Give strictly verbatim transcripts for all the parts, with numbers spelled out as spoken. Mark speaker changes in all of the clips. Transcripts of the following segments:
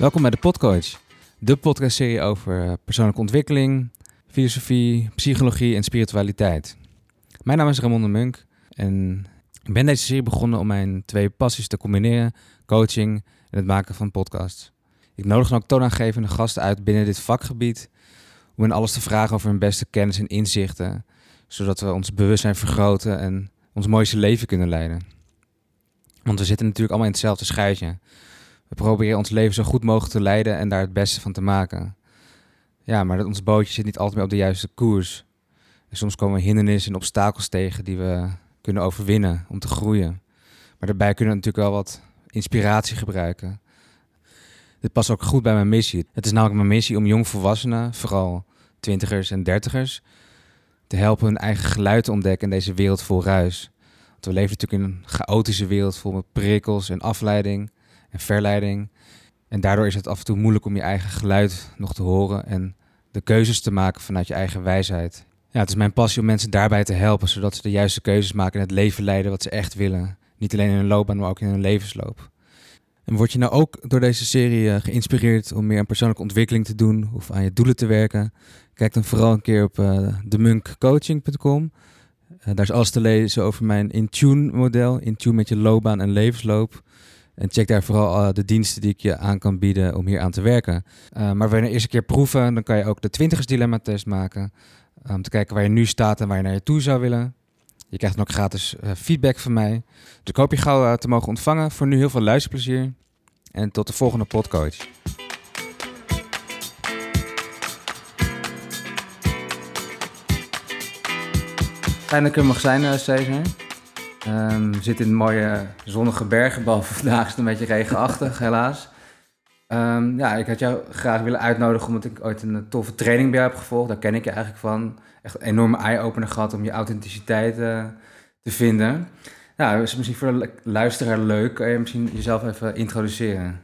Speaker 1: Welkom bij de Podcoach, de podcastserie over persoonlijke ontwikkeling, filosofie, psychologie en spiritualiteit. Mijn naam is Ramon de Munk en ik ben deze serie begonnen om mijn twee passies te combineren, coaching en het maken van podcasts. Ik nodig dan ook toonaangevende gasten uit binnen dit vakgebied om hen alles te vragen over hun beste kennis en inzichten, zodat we ons bewustzijn vergroten en ons mooiste leven kunnen leiden. Want we zitten natuurlijk allemaal in hetzelfde schuitje. We proberen ons leven zo goed mogelijk te leiden en daar het beste van te maken. Ja, maar dat ons bootje zit niet altijd meer op de juiste koers. En soms komen we hindernissen en obstakels tegen die we kunnen overwinnen om te groeien. Maar daarbij kunnen we natuurlijk wel wat inspiratie gebruiken. Dit past ook goed bij mijn missie. Het is namelijk mijn missie om jongvolwassenen, vooral twintigers en dertigers, te helpen hun eigen geluid te ontdekken in deze wereld vol ruis. Want we leven natuurlijk in een chaotische wereld vol met prikkels en afleiding en verleiding. En daardoor is het af en toe moeilijk om je eigen geluid nog te horen en de keuzes te maken vanuit je eigen wijsheid. Ja, het is mijn passie om mensen daarbij te helpen, zodat ze de juiste keuzes maken en het leven leiden wat ze echt willen. Niet alleen in hun loopbaan, maar ook in hun levensloop. En word je nou ook door deze serie uh, geïnspireerd om meer aan persoonlijke ontwikkeling te doen of aan je doelen te werken? Kijk dan vooral een keer op uh, de munk coaching punt com. Uh, daar is alles te lezen over mijn Intune model, Intune met je loopbaan en levensloop. En check daar vooral uh, de diensten die ik je aan kan bieden om hier aan te werken. Uh, maar wil je de eerste keer proeven, dan kan je ook de twintigers dilemma test maken. Uh, om te kijken waar je nu staat en waar je naar je toe zou willen. Je krijgt dan ook gratis uh, feedback van mij. Dus ik hoop je gauw uh, te mogen ontvangen. Voor nu heel veel luisterplezier. En tot de volgende Podcoach. Fijn dat ik er mag zijn, uh, Cesar. Um, we zitten in een mooie zonnige bergen, behalve vandaag is het een beetje regenachtig, helaas. Um, ja, ik had jou graag willen uitnodigen omdat ik ooit een toffe training bij jou heb gevolgd. Daar ken ik je eigenlijk van. Echt een enorme eye-opener gehad om je authenticiteit uh, te vinden. Nou, is misschien voor de luisteraar leuk. Kan je misschien jezelf even introduceren?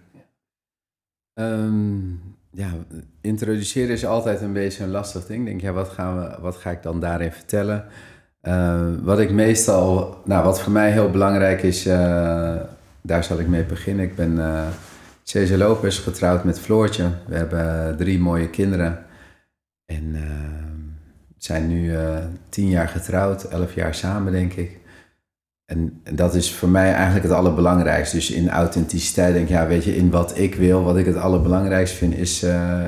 Speaker 2: Um, ja, introduceren is altijd een beetje een lastig ding. Ik denk, ja, wat, gaan we, wat ga ik dan daarin vertellen? Uh, wat ik meestal, nou wat voor mij heel belangrijk is, uh, daar zal ik mee beginnen. Ik ben uh, Cesar Lopez, getrouwd met Floortje. We hebben drie mooie kinderen en uh, zijn nu uh, tien jaar getrouwd, elf jaar samen denk ik. En, en dat is voor mij eigenlijk het allerbelangrijkste. Dus in authenticiteit denk ik, ja weet je, in wat ik wil, wat ik het allerbelangrijkste vind is... Uh,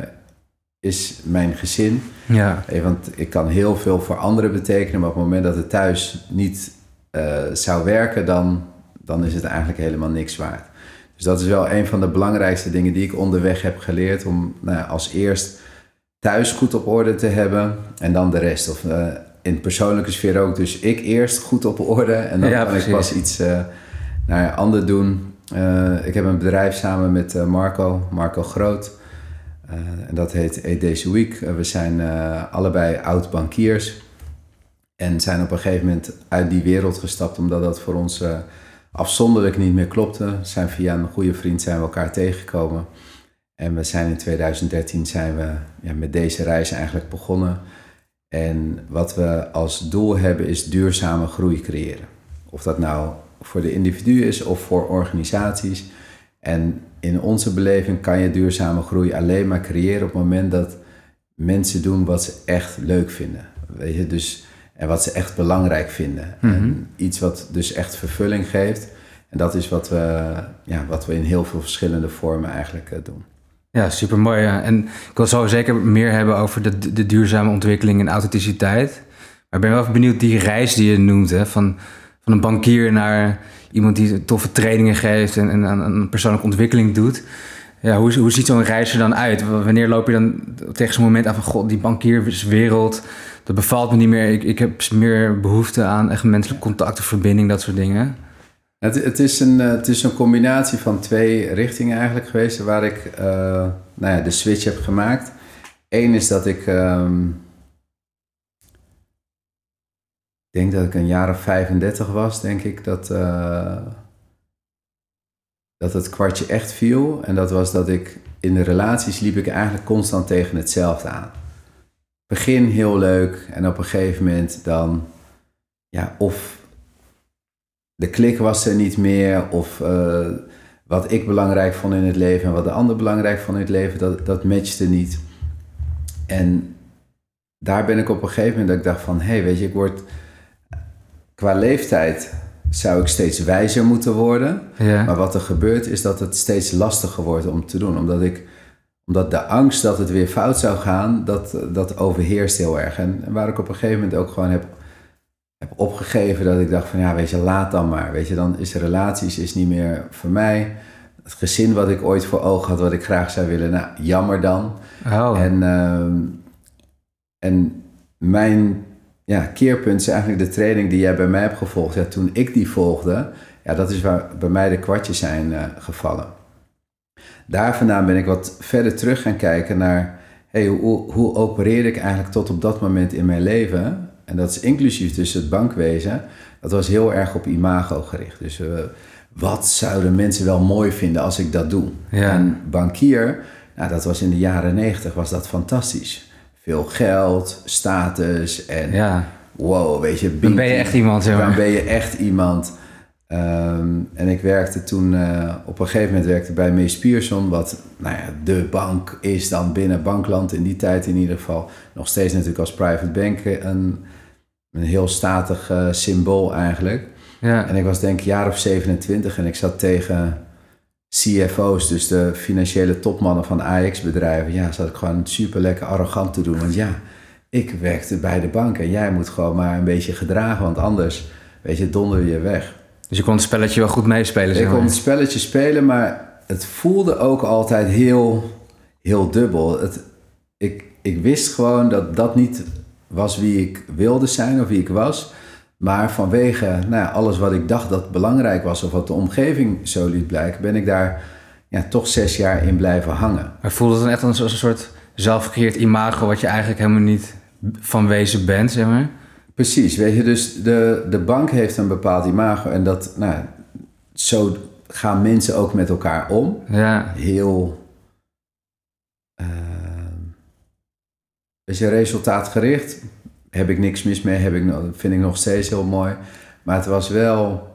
Speaker 2: is mijn gezin.
Speaker 1: Ja.
Speaker 2: Hey, want ik kan heel veel voor anderen betekenen, maar op het moment dat het thuis niet uh, zou werken, dan, dan is het eigenlijk helemaal niks waard. Dus dat is wel een van de belangrijkste dingen die ik onderweg heb geleerd, om nou ja, als eerst thuis goed op orde te hebben en dan de rest. Of uh, in persoonlijke sfeer ook. Dus ik eerst goed op orde en dan ja, kan precies. ik pas iets uh, naar nou ander doen. Uh, ik heb een bedrijf samen met uh, Marco, Marco Groot. Uh, en dat heet Eat Deze Week. Uh, we zijn uh, allebei oud-bankiers en zijn op een gegeven moment uit die wereld gestapt omdat dat voor ons uh, afzonderlijk niet meer klopte. Zijn via een goede vriend zijn we elkaar tegengekomen. En we zijn in twintig dertien zijn we ja, met deze reis eigenlijk begonnen. En wat we als doel hebben is duurzame groei creëren. Of dat nou voor de individu is of voor organisaties. En in onze beleving kan je duurzame groei alleen maar creëren op het moment dat mensen doen wat ze echt leuk vinden. Weet je, dus, en wat ze echt belangrijk vinden. Mm-hmm. En iets wat dus echt vervulling geeft. En dat is wat we, ja, wat we in heel veel verschillende vormen eigenlijk uh, doen.
Speaker 1: Ja, supermooi. Ja. En ik wil zo zeker meer hebben over de, de duurzame ontwikkeling en authenticiteit. Maar ik ben wel even benieuwd die reis die je noemt, hè, van, van een bankier naar iemand die toffe trainingen geeft en, en aan persoonlijke ontwikkeling doet. Ja, hoe, hoe ziet zo'n reis er dan uit? Wanneer loop je dan tegen zo'n moment aan van, god, die bankierswereld, dat bevalt me niet meer. Ik, ik heb meer behoefte aan echt menselijk contact of verbinding, dat soort dingen.
Speaker 2: Het, het, is een, het is een combinatie van twee richtingen eigenlijk geweest waar ik uh, nou ja, de switch heb gemaakt. Eén is dat ik... Um, Ik denk dat ik een jaar of vijfendertig was, denk ik, dat, uh, dat het kwartje echt viel. En dat was dat ik in de relaties liep ik eigenlijk constant tegen hetzelfde aan. Begin heel leuk en op een gegeven moment dan, ja, of de klik was er niet meer of uh, wat ik belangrijk vond in het leven en wat de ander belangrijk vond in het leven, dat, dat matchte niet. En daar ben ik op een gegeven moment dat ik dacht van, hé, hey, weet je, ik word qua leeftijd zou ik steeds wijzer moeten worden.
Speaker 1: Ja.
Speaker 2: Maar wat er gebeurt is dat het steeds lastiger wordt om te doen. Omdat ik, omdat de angst dat het weer fout zou gaan, dat, dat overheerst heel erg. En, en waar ik op een gegeven moment ook gewoon heb, heb opgegeven, dat ik dacht van, ja, weet je, laat dan maar. Weet je, dan is de relaties is niet meer voor mij. Het gezin wat ik ooit voor ogen had, wat ik graag zou willen, nou, jammer dan.
Speaker 1: Oh.
Speaker 2: En, uh, en mijn ja, keerpunt is eigenlijk de training die jij bij mij hebt gevolgd. Ja, toen ik die volgde, ja, dat is waar bij mij de kwartjes zijn uh, gevallen. Daar vandaan ben ik wat verder terug gaan kijken naar, hey, hoe, hoe opereerde ik eigenlijk tot op dat moment in mijn leven? En dat is inclusief dus het bankwezen. Dat was heel erg op imago gericht. Dus uh, wat zouden mensen wel mooi vinden als ik dat doe?
Speaker 1: Ja.
Speaker 2: En bankier, nou, dat was in de jaren negentig, was dat fantastisch. Veel geld, status en
Speaker 1: ja.
Speaker 2: wow, weet je.
Speaker 1: Dan ben je echt iemand, zeg maar.
Speaker 2: Dan ben je echt iemand. Um, en ik werkte toen, uh, op een gegeven moment werkte bij Mees Pierson, wat nou ja, de bank is dan binnen bankland, in die tijd in ieder geval. Nog steeds natuurlijk als private bank een, een heel statig uh, symbool eigenlijk.
Speaker 1: Ja.
Speaker 2: En ik was denk ik een jaar of zevenentwintig en ik zat tegen C F O's, dus de financiële topmannen van A X bedrijven. Ja, zat ik gewoon super lekker arrogant te doen. Want ja, ik werkte bij de bank en jij moet gewoon maar een beetje gedragen, want anders, weet je, donder je weg.
Speaker 1: Dus je kon het spelletje wel goed meespelen?
Speaker 2: Ik kon het spelletje spelen, maar het voelde ook altijd heel, heel dubbel. Het, ik, ik wist gewoon dat dat niet was wie ik wilde zijn of wie ik was. Maar vanwege nou ja, alles wat ik dacht dat belangrijk was of wat de omgeving zo liet blijken, ben ik daar ja, toch zes jaar in blijven hangen.
Speaker 1: Maar voelde het dan echt als een soort zelfgecreëerd imago wat je eigenlijk helemaal niet van wezen bent, zeg maar?
Speaker 2: Precies, weet je, dus de, de bank heeft een bepaald imago en dat, nou, zo gaan mensen ook met elkaar om.
Speaker 1: Ja.
Speaker 2: Heel, uh, weet je, resultaatgericht, heb ik niks mis mee, heb ik, vind ik nog steeds heel mooi. Maar het was wel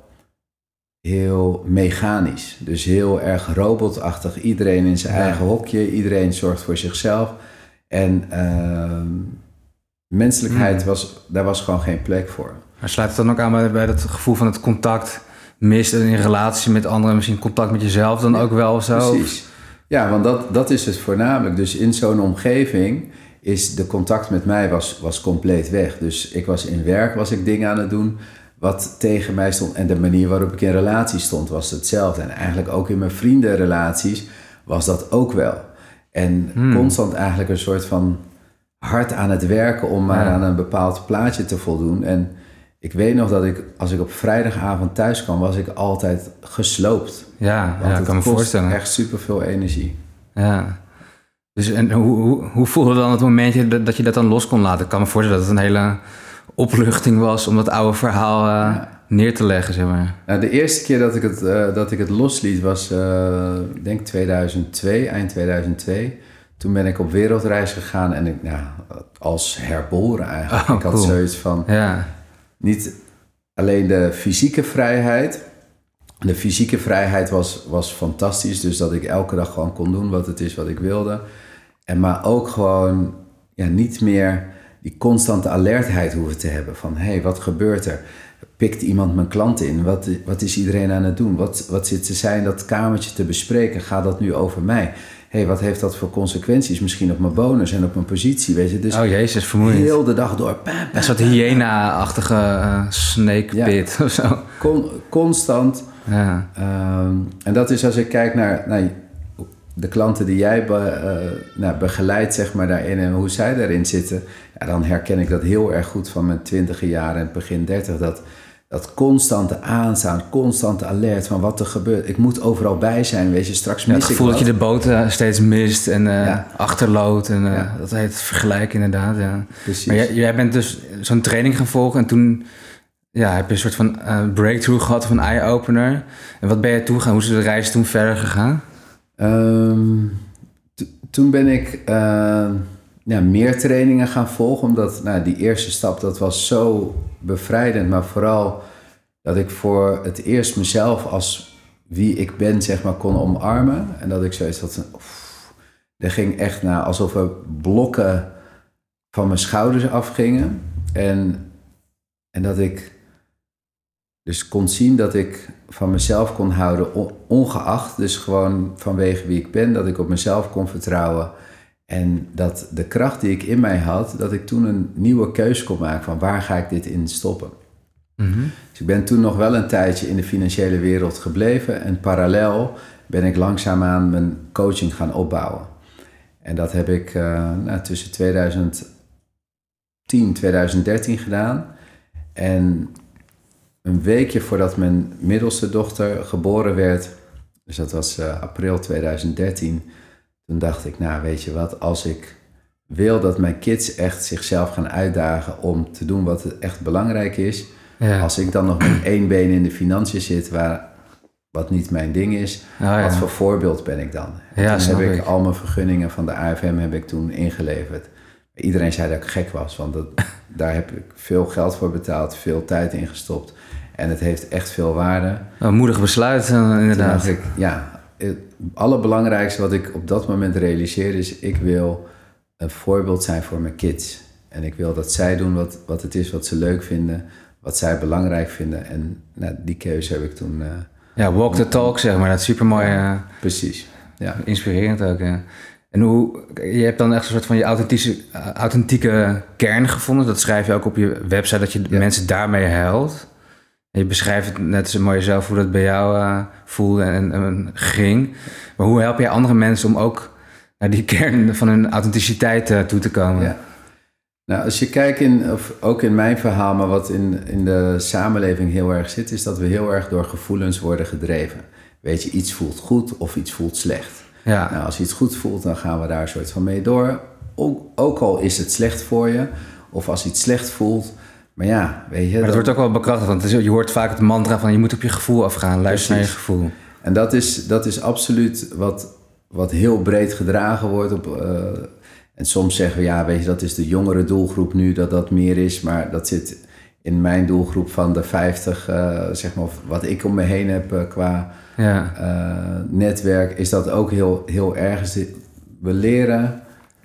Speaker 2: heel mechanisch, dus heel erg robotachtig. Iedereen in zijn ja. eigen hokje, iedereen zorgt voor zichzelf. En uh, menselijkheid, hmm. was, daar was gewoon geen plek voor.
Speaker 1: Maar sluit het dan ook aan bij, bij dat gevoel van het contact mist in relatie met anderen, misschien contact met jezelf dan ja, ook wel of zo?
Speaker 2: Precies. Ja, want dat, dat is het voornamelijk. Dus in zo'n omgeving is de contact met mij was, was compleet weg. Dus ik was in werk, was ik dingen aan het doen wat tegen mij stond. En de manier waarop ik in relatie stond was hetzelfde. En eigenlijk ook in mijn vriendenrelaties was dat ook wel. En hmm. constant eigenlijk een soort van hard aan het werken om maar ja. aan een bepaald plaatje te voldoen. En ik weet nog dat ik, als ik op vrijdagavond thuis kwam, was ik altijd gesloopt.
Speaker 1: Ja, ja ik kan me voorstellen.
Speaker 2: Echt superveel energie.
Speaker 1: Ja. Dus en hoe, hoe, hoe voelde dan het momentje dat, dat je dat dan los kon laten? Ik kan me voorstellen dat het een hele opluchting was om dat oude verhaal uh, ja. neer te leggen, zeg maar.
Speaker 2: Nou, de eerste keer dat ik het, uh, dat ik het losliet was, uh, ik denk tweeduizend twee, eind tweeduizend twee. Toen ben ik op wereldreis gegaan en ik, nou, als herboren eigenlijk.
Speaker 1: Oh,
Speaker 2: ik had
Speaker 1: cool.
Speaker 2: zoiets van,
Speaker 1: ja.
Speaker 2: niet alleen de fysieke vrijheid. De fysieke vrijheid was, was fantastisch, dus dat ik elke dag gewoon kon doen wat het is wat ik wilde. En maar ook gewoon ja, niet meer die constante alertheid hoeven te hebben van, hé, hey, wat gebeurt er? Pikt iemand mijn klant in? Wat, wat is iedereen aan het doen? Wat, wat zit zij in dat kamertje te bespreken? Gaat dat nu over mij? Hé, hey, wat heeft dat voor consequenties? Misschien op mijn bonus en op mijn positie, weet je? Dus
Speaker 1: oh jezus, vermoeiend.
Speaker 2: Heel de dag door. Pa, pa,
Speaker 1: een soort hyena-achtige uh, snake pit ja, of zo.
Speaker 2: Con, constant.
Speaker 1: Ja.
Speaker 2: Um, en dat is als ik kijk naar, naar de klanten die jij be, uh, nou, begeleidt, zeg maar, daarin en hoe zij daarin zitten, ja, dan herken ik dat heel erg goed van mijn twintige jaren en begin dertig. Dat, dat constante aanstaan, constante alert van wat er gebeurt. Ik moet overal bij zijn, weet je, straks mis
Speaker 1: ja, het gevoel
Speaker 2: ik
Speaker 1: dat je de boot uh, steeds mist en uh, ja. achterloopt. En uh, ja. dat heet vergelijken inderdaad, ja.
Speaker 2: Precies.
Speaker 1: Maar jij, jij bent dus zo'n training gaan volgen en toen ja, heb je een soort van uh, breakthrough gehad, van eye-opener. En wat ben je toen gaan? Hoe is de reis toen verder gegaan?
Speaker 2: Um, t- toen ben ik uh, ja, meer trainingen gaan volgen, omdat nou, die eerste stap, dat was zo bevrijdend, maar vooral dat ik voor het eerst mezelf als wie ik ben, zeg maar, kon omarmen. En dat ik zoiets had van... Oef, er ging echt naar alsof er blokken van mijn schouders afgingen. En, en dat ik dus kon zien dat ik van mezelf kon houden, ongeacht. Dus gewoon vanwege wie ik ben, dat ik op mezelf kon vertrouwen. En dat de kracht die ik in mij had, dat ik toen een nieuwe keuze kon maken van waar ga ik dit in stoppen. Mm-hmm. Dus ik ben toen nog wel een tijdje in de financiële wereld gebleven en parallel ben ik langzaamaan mijn coaching gaan opbouwen. En dat heb ik uh, nou, tussen twintig tien, twintig dertien gedaan. En een weekje voordat mijn middelste dochter geboren werd, dus dat was uh, april twintig dertien, toen dacht ik, nou weet je wat, als ik wil dat mijn kids echt zichzelf gaan uitdagen om te doen wat echt belangrijk is, ja. als ik dan nog met één been in de financiën zit, waar, wat niet mijn ding is, oh, ja. wat voor voorbeeld ben ik dan? Ja, toen heb ik, ik al mijn vergunningen van de A F M heb ik toen ingeleverd. Iedereen zei dat ik gek was, want dat, daar heb ik veel geld voor betaald, veel tijd in gestopt. En het heeft echt veel waarde.
Speaker 1: Een moedig besluit, inderdaad.
Speaker 2: Ik, ja, het allerbelangrijkste wat ik op dat moment realiseerde is, ik wil een voorbeeld zijn voor mijn kids. En ik wil dat zij doen wat, wat het is wat ze leuk vinden, wat zij belangrijk vinden. En nou, die keuze heb ik toen... Uh,
Speaker 1: ja, walk the talk, zeg maar. Dat is supermooi. Uh,
Speaker 2: precies, ja.
Speaker 1: Inspirerend ook, ja. En hoe, je hebt dan echt een soort van je authentieke, authentieke kern gevonden. Dat schrijf je ook op je website, dat je ja. mensen daarmee helpt. En je beschrijft het net zo mooi zelf hoe dat bij jou uh, voelde en, en ging. Maar hoe help je andere mensen om ook naar die kern van hun authenticiteit uh, toe te komen?
Speaker 2: Ja. Nou, als je kijkt in, of ook in mijn verhaal, maar wat in, in de samenleving heel erg zit, is dat we heel erg door gevoelens worden gedreven. Weet je, iets voelt goed of iets voelt slecht. Ja. Nou, als je iets goed voelt, dan gaan we daar een soort van mee door. Ook, ook al is het slecht voor je, of als iets slecht voelt. Maar ja, weet je...
Speaker 1: Maar dat dan... wordt ook wel bekrachtigd, want je hoort vaak het mantra van je moet op je gevoel afgaan, luister naar je gevoel.
Speaker 2: En dat is, dat is absoluut wat, wat heel breed gedragen wordt. Op, uh, en soms zeggen we, ja, weet je, dat is de jongere doelgroep nu, dat dat meer is. Maar dat zit in mijn doelgroep van de vijftig, uh, zeg maar, wat ik om me heen heb uh, qua ja. uh, netwerk, is dat ook heel, heel erg. We leren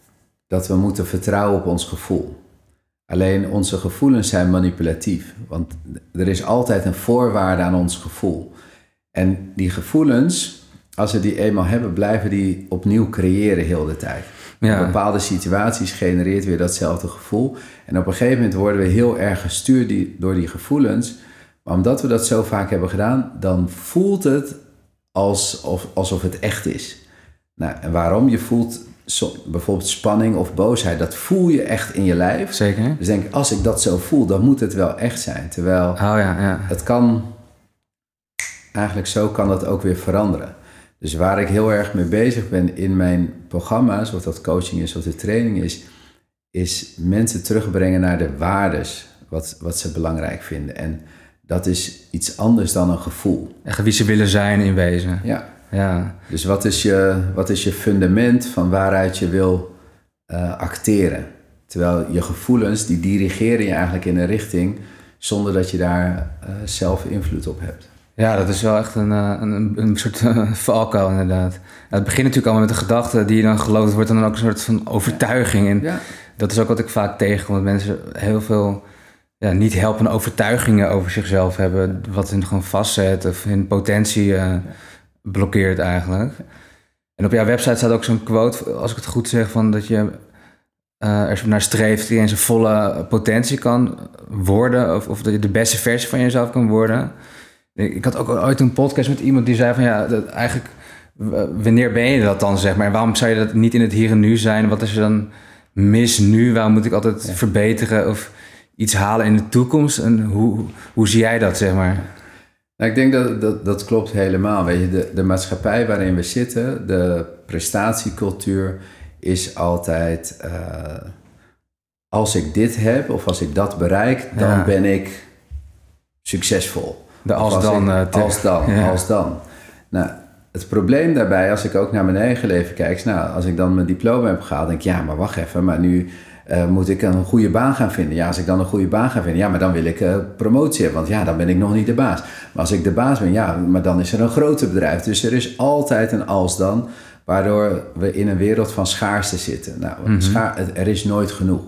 Speaker 2: dat we moeten vertrouwen op ons gevoel. Alleen onze gevoelens zijn manipulatief. Want er is altijd een voorwaarde aan ons gevoel. En die gevoelens, als we die eenmaal hebben, blijven die opnieuw creëren heel de tijd. Ja. In bepaalde situaties genereert weer datzelfde gevoel. En op een gegeven moment worden we heel erg gestuurd die, door die gevoelens. Maar omdat we dat zo vaak hebben gedaan, dan voelt het alsof, alsof het echt is. Nou, en waarom? Je voelt so, bijvoorbeeld spanning of boosheid. Dat voel je echt in je lijf.
Speaker 1: Zeker.
Speaker 2: Dus denk ik, als ik dat zo voel, dan moet het wel echt zijn. Terwijl
Speaker 1: oh, ja, ja.
Speaker 2: het kan... Eigenlijk zo kan dat ook weer veranderen. Dus waar ik heel erg mee bezig ben in mijn programma's, of dat coaching is of de training is, is mensen terugbrengen naar de waardes, wat, wat ze belangrijk vinden. En dat is iets anders dan een gevoel.
Speaker 1: Echt wie ze willen zijn in wezen.
Speaker 2: Ja.
Speaker 1: ja.
Speaker 2: Dus wat is, je, wat is je fundament van waaruit je wil uh, acteren? Terwijl je gevoelens, die dirigeren je eigenlijk in een richting zonder dat je daar uh, zelf invloed op hebt.
Speaker 1: Ja, dat is wel echt een, een, een soort uh, valkuil inderdaad. Nou, het begint natuurlijk allemaal met de gedachte die je dan gelooft, wordt dan ook een soort van overtuiging. En ja. dat is ook wat ik vaak tegenkom, dat mensen heel veel ja, niet helpende overtuigingen over zichzelf hebben, wat hen gewoon vastzet of hun potentie uh, ja. blokkeert eigenlijk. En op jouw website staat ook zo'n quote, als ik het goed zeg, van dat je uh, er naar streeft die in zijn volle potentie kan worden, of, of dat je de beste versie van jezelf kan worden. Ik had ook ooit een podcast met iemand die zei van ja, dat eigenlijk, wanneer ben je dat dan, zeg maar? En waarom zou je dat niet in het hier en nu zijn? Wat is er dan mis nu? Waarom moet ik altijd ja. verbeteren of iets halen in de toekomst? En hoe, hoe zie jij dat, zeg maar?
Speaker 2: Nou, ik denk dat, dat dat klopt helemaal. Weet je, de, de maatschappij waarin we zitten, de prestatiecultuur is altijd, uh, als ik dit heb of als ik dat bereik, dan ja. ben ik succesvol.
Speaker 1: De als, als dan.
Speaker 2: Ik, als dan, ja. als dan. Nou, het probleem daarbij, als ik ook naar mijn eigen leven kijk, nou, als ik dan mijn diploma heb gehaald, denk ik, ja, maar wacht even, maar nu Uh, moet ik een goede baan gaan vinden? Ja, als ik dan een goede baan ga vinden, ja, maar dan wil ik uh, promotie hebben. Want ja, dan ben ik nog niet de baas. Maar als ik de baas ben, ja, maar dan is er een groter bedrijf. Dus er is altijd een als dan, waardoor we in een wereld van schaarste zitten. Nou, mm-hmm. scha- er is nooit genoeg.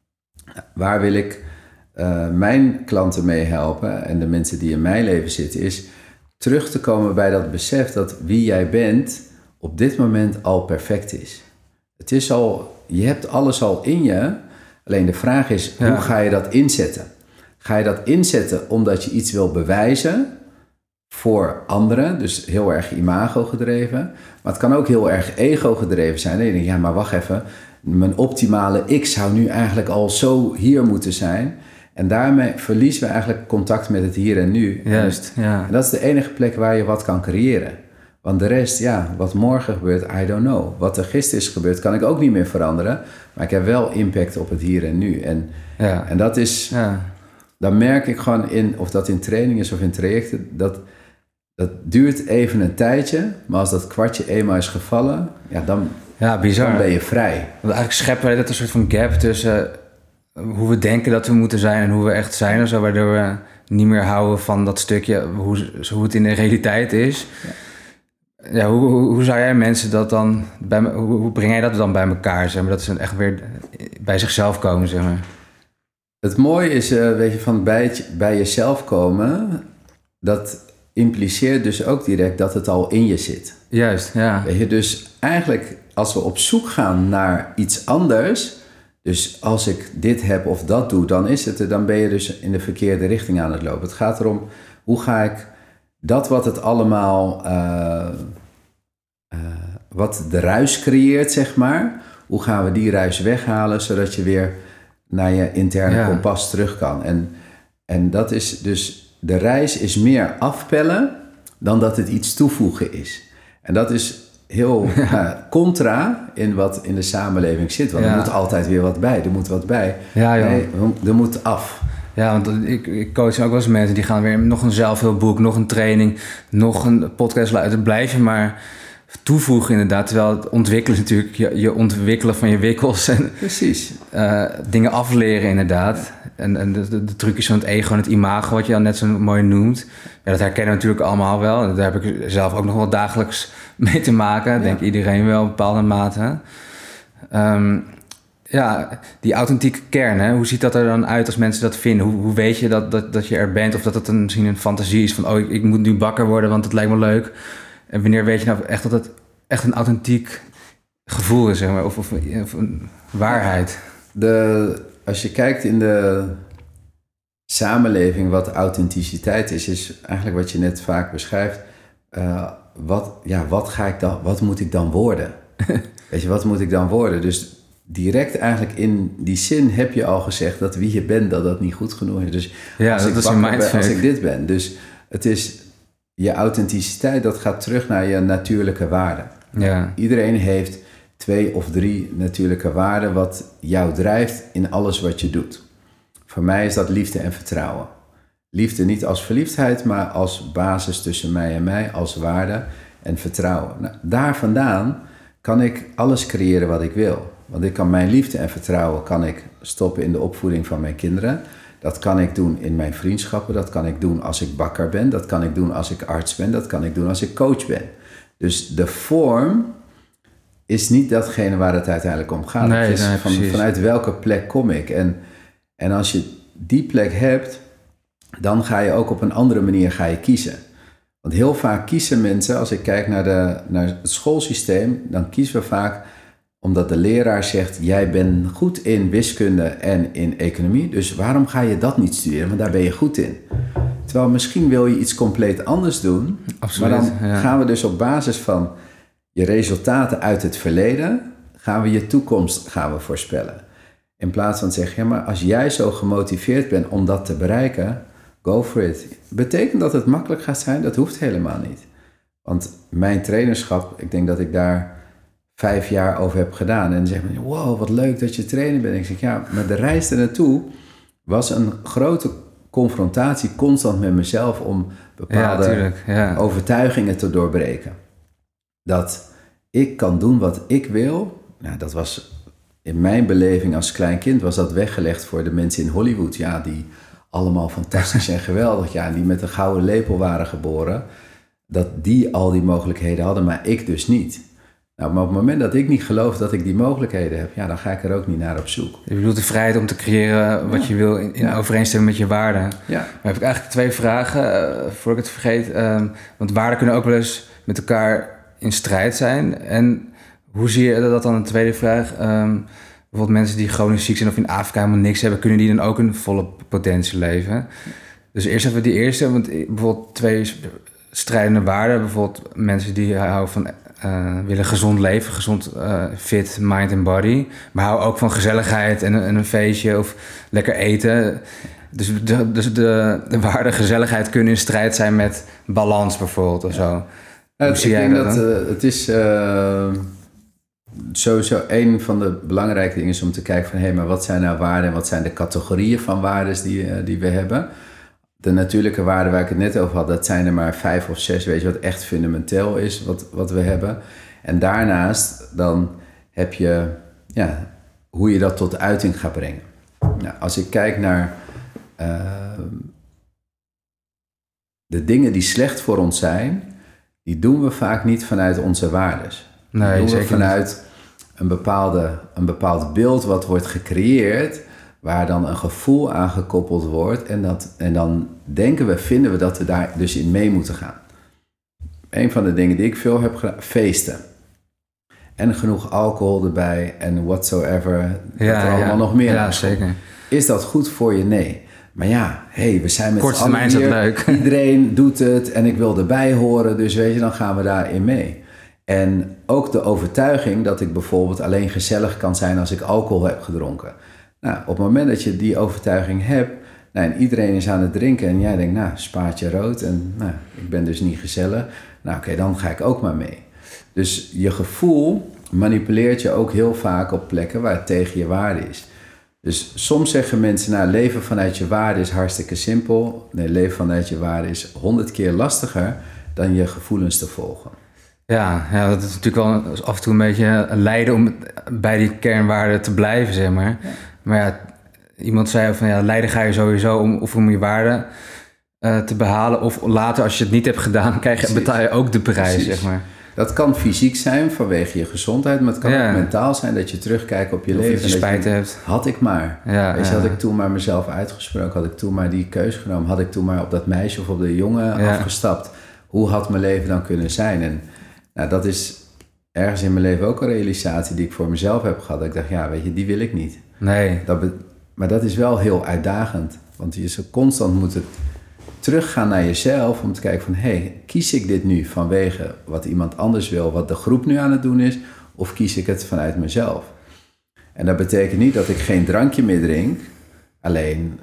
Speaker 2: Waar wil ik uh, mijn klanten mee helpen en de mensen die in mijn leven zitten, is terug te komen bij dat besef dat wie jij bent op dit moment al perfect is. Het is al, je hebt alles al in je, alleen de vraag is, ja. hoe ga je dat inzetten? Ga je dat inzetten omdat je iets wil bewijzen voor anderen, dus heel erg imago gedreven, maar het kan ook heel erg ego gedreven zijn. En je denkt, ja, maar wacht even, mijn optimale ik zou nu eigenlijk al zo hier moeten zijn. En daarmee verliezen we eigenlijk contact met het hier en nu.
Speaker 1: Juist, ja.
Speaker 2: En dat is de enige plek waar je wat kan creëren. Want de rest, ja, wat morgen gebeurt, I don't know. Wat er gisteren is gebeurd, kan ik ook niet meer veranderen. Maar ik heb wel impact op het hier en nu. En,
Speaker 1: ja.
Speaker 2: en dat is,
Speaker 1: ja.
Speaker 2: dan merk ik gewoon in, of dat in training is of in trajecten, dat, dat duurt even een tijdje. Maar als dat kwartje eenmaal is gevallen, ja, dan,
Speaker 1: ja, bizar.
Speaker 2: dan ben je vrij.
Speaker 1: Want eigenlijk scheppen we dat een soort van gap tussen hoe we denken dat we moeten zijn en hoe we echt zijn. Of zo, waardoor we niet meer houden van dat stukje, hoe, hoe het in de realiteit is. Ja. Ja, hoe, hoe, hoe zou jij mensen dat dan, bij, hoe, hoe breng jij dat dan bij elkaar, zeg maar, dat ze echt weer bij zichzelf komen, zeg maar?
Speaker 2: Het mooie is, uh, weet je, van bij, bij jezelf komen, dat impliceert dus ook direct dat het al in je zit.
Speaker 1: Juist, ja.
Speaker 2: Weet je, dus eigenlijk als we op zoek gaan naar iets anders, dus als ik dit heb of dat doe, dan is het er, dan ben je dus in de verkeerde richting aan het lopen. Het gaat erom, hoe ga ik dat wat het allemaal, uh, uh, wat de ruis creëert, zeg maar, hoe gaan we die ruis weghalen, zodat je weer naar je interne ja. kompas terug kan. En, en dat is dus, de reis is meer afpellen dan dat het iets toevoegen is. En dat is heel uh, contra in wat in de samenleving zit. Want ja. er moet altijd weer wat bij, er moet wat bij.
Speaker 1: Ja,
Speaker 2: nee, er moet af.
Speaker 1: Ja, want ik, ik coach ook wel eens mensen die gaan weer nog een zelfhulpboek, nog een training, nog een podcast luisteren. Blijf je maar toevoegen inderdaad. Terwijl het ontwikkelen is natuurlijk je, je ontwikkelen van je wikkels. En,
Speaker 2: precies.
Speaker 1: Uh, dingen afleren inderdaad. En, en de, de, de trucjes van het ego en het imago, wat je al net zo mooi noemt. Ja, dat herkennen we natuurlijk allemaal wel. Daar heb ik zelf ook nog wel dagelijks mee te maken. Ja. Denk iedereen wel, in bepaalde mate. Um, Ja, die authentieke kern, hè? Hoe ziet dat er dan uit als mensen dat vinden? Hoe, hoe weet je dat, dat, dat je er bent? Of dat het een, misschien een fantasie is van, oh, ik, ik moet nu bakker worden, want het lijkt me leuk. En wanneer weet je nou echt dat het echt een authentiek gevoel is, zeg maar, of, of, of een waarheid?
Speaker 2: De, als je kijkt in de samenleving wat authenticiteit is, is eigenlijk wat je net vaak beschrijft. Uh, wat, ja, wat ga ik dan, wat moet ik dan worden? Weet je, wat moet ik dan worden? Dus direct eigenlijk in die zin heb je al gezegd dat wie je bent, dat dat niet goed genoeg is. Dus
Speaker 1: ja,
Speaker 2: als,
Speaker 1: dat
Speaker 2: ik
Speaker 1: is een mindfuck.
Speaker 2: Ben, als ik dit ben. Dus het is je authenticiteit, dat gaat terug naar je natuurlijke waarden.
Speaker 1: Ja.
Speaker 2: Iedereen heeft twee of drie natuurlijke waarden wat jou drijft in alles wat je doet. Voor mij is dat liefde en vertrouwen. Liefde niet als verliefdheid, maar als basis tussen mij en mij, als waarde en vertrouwen. Nou, daar vandaan kan ik alles creëren wat ik wil. Want ik kan mijn liefde en vertrouwen kan ik stoppen in de opvoeding van mijn kinderen. Dat kan ik doen in mijn vriendschappen. Dat kan ik doen als ik bakker ben. Dat kan ik doen als ik arts ben. Dat kan ik doen als ik coach ben. Dus de vorm is niet datgene waar het uiteindelijk om gaat.
Speaker 1: Nee,
Speaker 2: het is
Speaker 1: nee,
Speaker 2: van, vanuit welke plek kom ik? En, en als je die plek hebt, dan ga je ook op een andere manier ga je kiezen. Want heel vaak kiezen mensen, als ik kijk naar, de, naar het schoolsysteem, dan kiezen we vaak omdat de leraar zegt, jij bent goed in wiskunde en in economie, dus waarom ga je dat niet studeren? Want daar ben je goed in. Terwijl misschien wil je iets compleet anders doen.
Speaker 1: Absoluut,
Speaker 2: maar dan
Speaker 1: ja.
Speaker 2: gaan we dus op basis van je resultaten uit het verleden, gaan we je toekomst gaan we voorspellen. In plaats van te zeggen, ja, maar als jij zo gemotiveerd bent om dat te bereiken, go for it. Betekent dat het makkelijk gaat zijn? Dat hoeft helemaal niet. Want mijn trainerschap, ik denk dat ik daar vijf jaar over heb gedaan. En dan zeggen mensen, wow, wat leuk dat je trainer bent. En ik zeg, ja, maar de reis er naartoe was een grote confrontatie constant met mezelf om bepaalde
Speaker 1: ja, tuurlijk, ja.
Speaker 2: overtuigingen te doorbreken. Dat ik kan doen wat ik wil, nou, dat was in mijn beleving als klein kind was dat weggelegd voor de mensen in Hollywood. Ja, die allemaal fantastisch en geweldig. Ja, die met een gouden lepel waren geboren. Dat die al die mogelijkheden hadden, maar ik dus niet. Nou, maar op het moment dat ik niet geloof dat ik die mogelijkheden heb, ja, dan ga ik er ook niet naar op zoek.
Speaker 1: Je bedoelt de vrijheid om te creëren wat ja. je wil in, in ja. overeenstemming met je waarden.
Speaker 2: Ja.
Speaker 1: Maar heb ik eigenlijk twee vragen, uh, voordat ik het vergeet. Um, want waarden kunnen ook wel eens met elkaar in strijd zijn. En hoe zie je dat dan? Een tweede vraag. Um, bijvoorbeeld mensen die chronisch ziek zijn of in Afrika helemaal niks hebben, kunnen die dan ook een volle potentie leven? Dus eerst even die eerste, want bijvoorbeeld twee strijdende waarden. Bijvoorbeeld mensen die houden van uh, willen gezond leven, gezond uh, fit, mind en body. Maar houden ook van gezelligheid en, en een feestje of lekker eten. Dus de, dus de, de waarde gezelligheid kunnen in strijd zijn met balans bijvoorbeeld of zo.
Speaker 2: Ja, ik denk dat, dat uh, het is uh, sowieso een van de belangrijke dingen is om te kijken van hé, hey, maar wat zijn nou waarden en wat zijn de categorieën van waarden die, uh, die we hebben. De natuurlijke waarden waar ik het net over had, dat zijn er maar vijf of zes, weet je, wat echt fundamenteel is, wat, wat we hebben. En daarnaast dan heb je ja, hoe je dat tot uiting gaat brengen. Nou, als ik kijk naar uh, de dingen die slecht voor ons zijn, die doen we vaak niet vanuit onze waardes.
Speaker 1: Nee,
Speaker 2: die doen we vanuit
Speaker 1: niet.
Speaker 2: Een, bepaalde, een bepaald beeld wat wordt gecreëerd, waar dan een gevoel aan gekoppeld wordt. En, dat, en dan denken we, vinden we dat we daar dus in mee moeten gaan. Een van de dingen die ik veel heb gedaan, feesten. En genoeg alcohol erbij en whatsoever.
Speaker 1: Ja,
Speaker 2: wat er allemaal
Speaker 1: ja.
Speaker 2: nog meer
Speaker 1: ja, zeker.
Speaker 2: Is dat goed voor je? Nee. Maar ja, hey, we zijn met
Speaker 1: Korte
Speaker 2: z'n allen
Speaker 1: termijn
Speaker 2: hier.
Speaker 1: Is dat leuk.
Speaker 2: Iedereen doet het en ik wil erbij horen. Dus weet je, dan gaan we daarin mee. En ook de overtuiging dat ik bijvoorbeeld alleen gezellig kan zijn als ik alcohol heb gedronken. Nou, op het moment dat je die overtuiging hebt, nou, en iedereen is aan het drinken en jij denkt, nou, spaatje rood en nou, ik ben dus niet gezellig. Nou, oké, okay, dan ga ik ook maar mee. Dus je gevoel manipuleert je ook heel vaak op plekken waar het tegen je waarde is. Dus soms zeggen mensen, nou, leven vanuit je waarde is hartstikke simpel. Nee, leven vanuit je waarde is honderd keer lastiger dan je gevoelens te volgen.
Speaker 1: Ja, ja, dat is natuurlijk wel af en toe een beetje lijden om bij die kernwaarden te blijven, zeg maar. Ja. Maar ja, iemand zei van ja, lijden ga je sowieso om, of om je waarde uh, te behalen. Of later, als je het niet hebt gedaan, krijg je, betaal je ook de prijs, Precies. zeg maar.
Speaker 2: Dat kan fysiek zijn vanwege je gezondheid, maar het kan ja. ook mentaal zijn dat je terugkijkt op je
Speaker 1: of
Speaker 2: leven.
Speaker 1: Of je spijt
Speaker 2: je,
Speaker 1: hebt.
Speaker 2: Had ik maar.
Speaker 1: Ja,
Speaker 2: Weet je,
Speaker 1: ja.
Speaker 2: had ik toen maar mezelf uitgesproken, had ik toen maar die keuze genomen, had ik toen maar op dat meisje of op de jongen ja. afgestapt. Hoe had mijn leven dan kunnen zijn? En nou, dat is ergens in mijn leven ook een realisatie die ik voor mezelf heb gehad. Dat ik dacht, ja, weet je, die wil ik niet.
Speaker 1: Nee.
Speaker 2: Dat be- maar dat is wel heel uitdagend. Want je zou constant moeten teruggaan naar jezelf om te kijken van, hé, hey, kies ik dit nu vanwege wat iemand anders wil, wat de groep nu aan het doen is, of kies ik het vanuit mezelf? En dat betekent niet dat ik geen drankje meer drink, alleen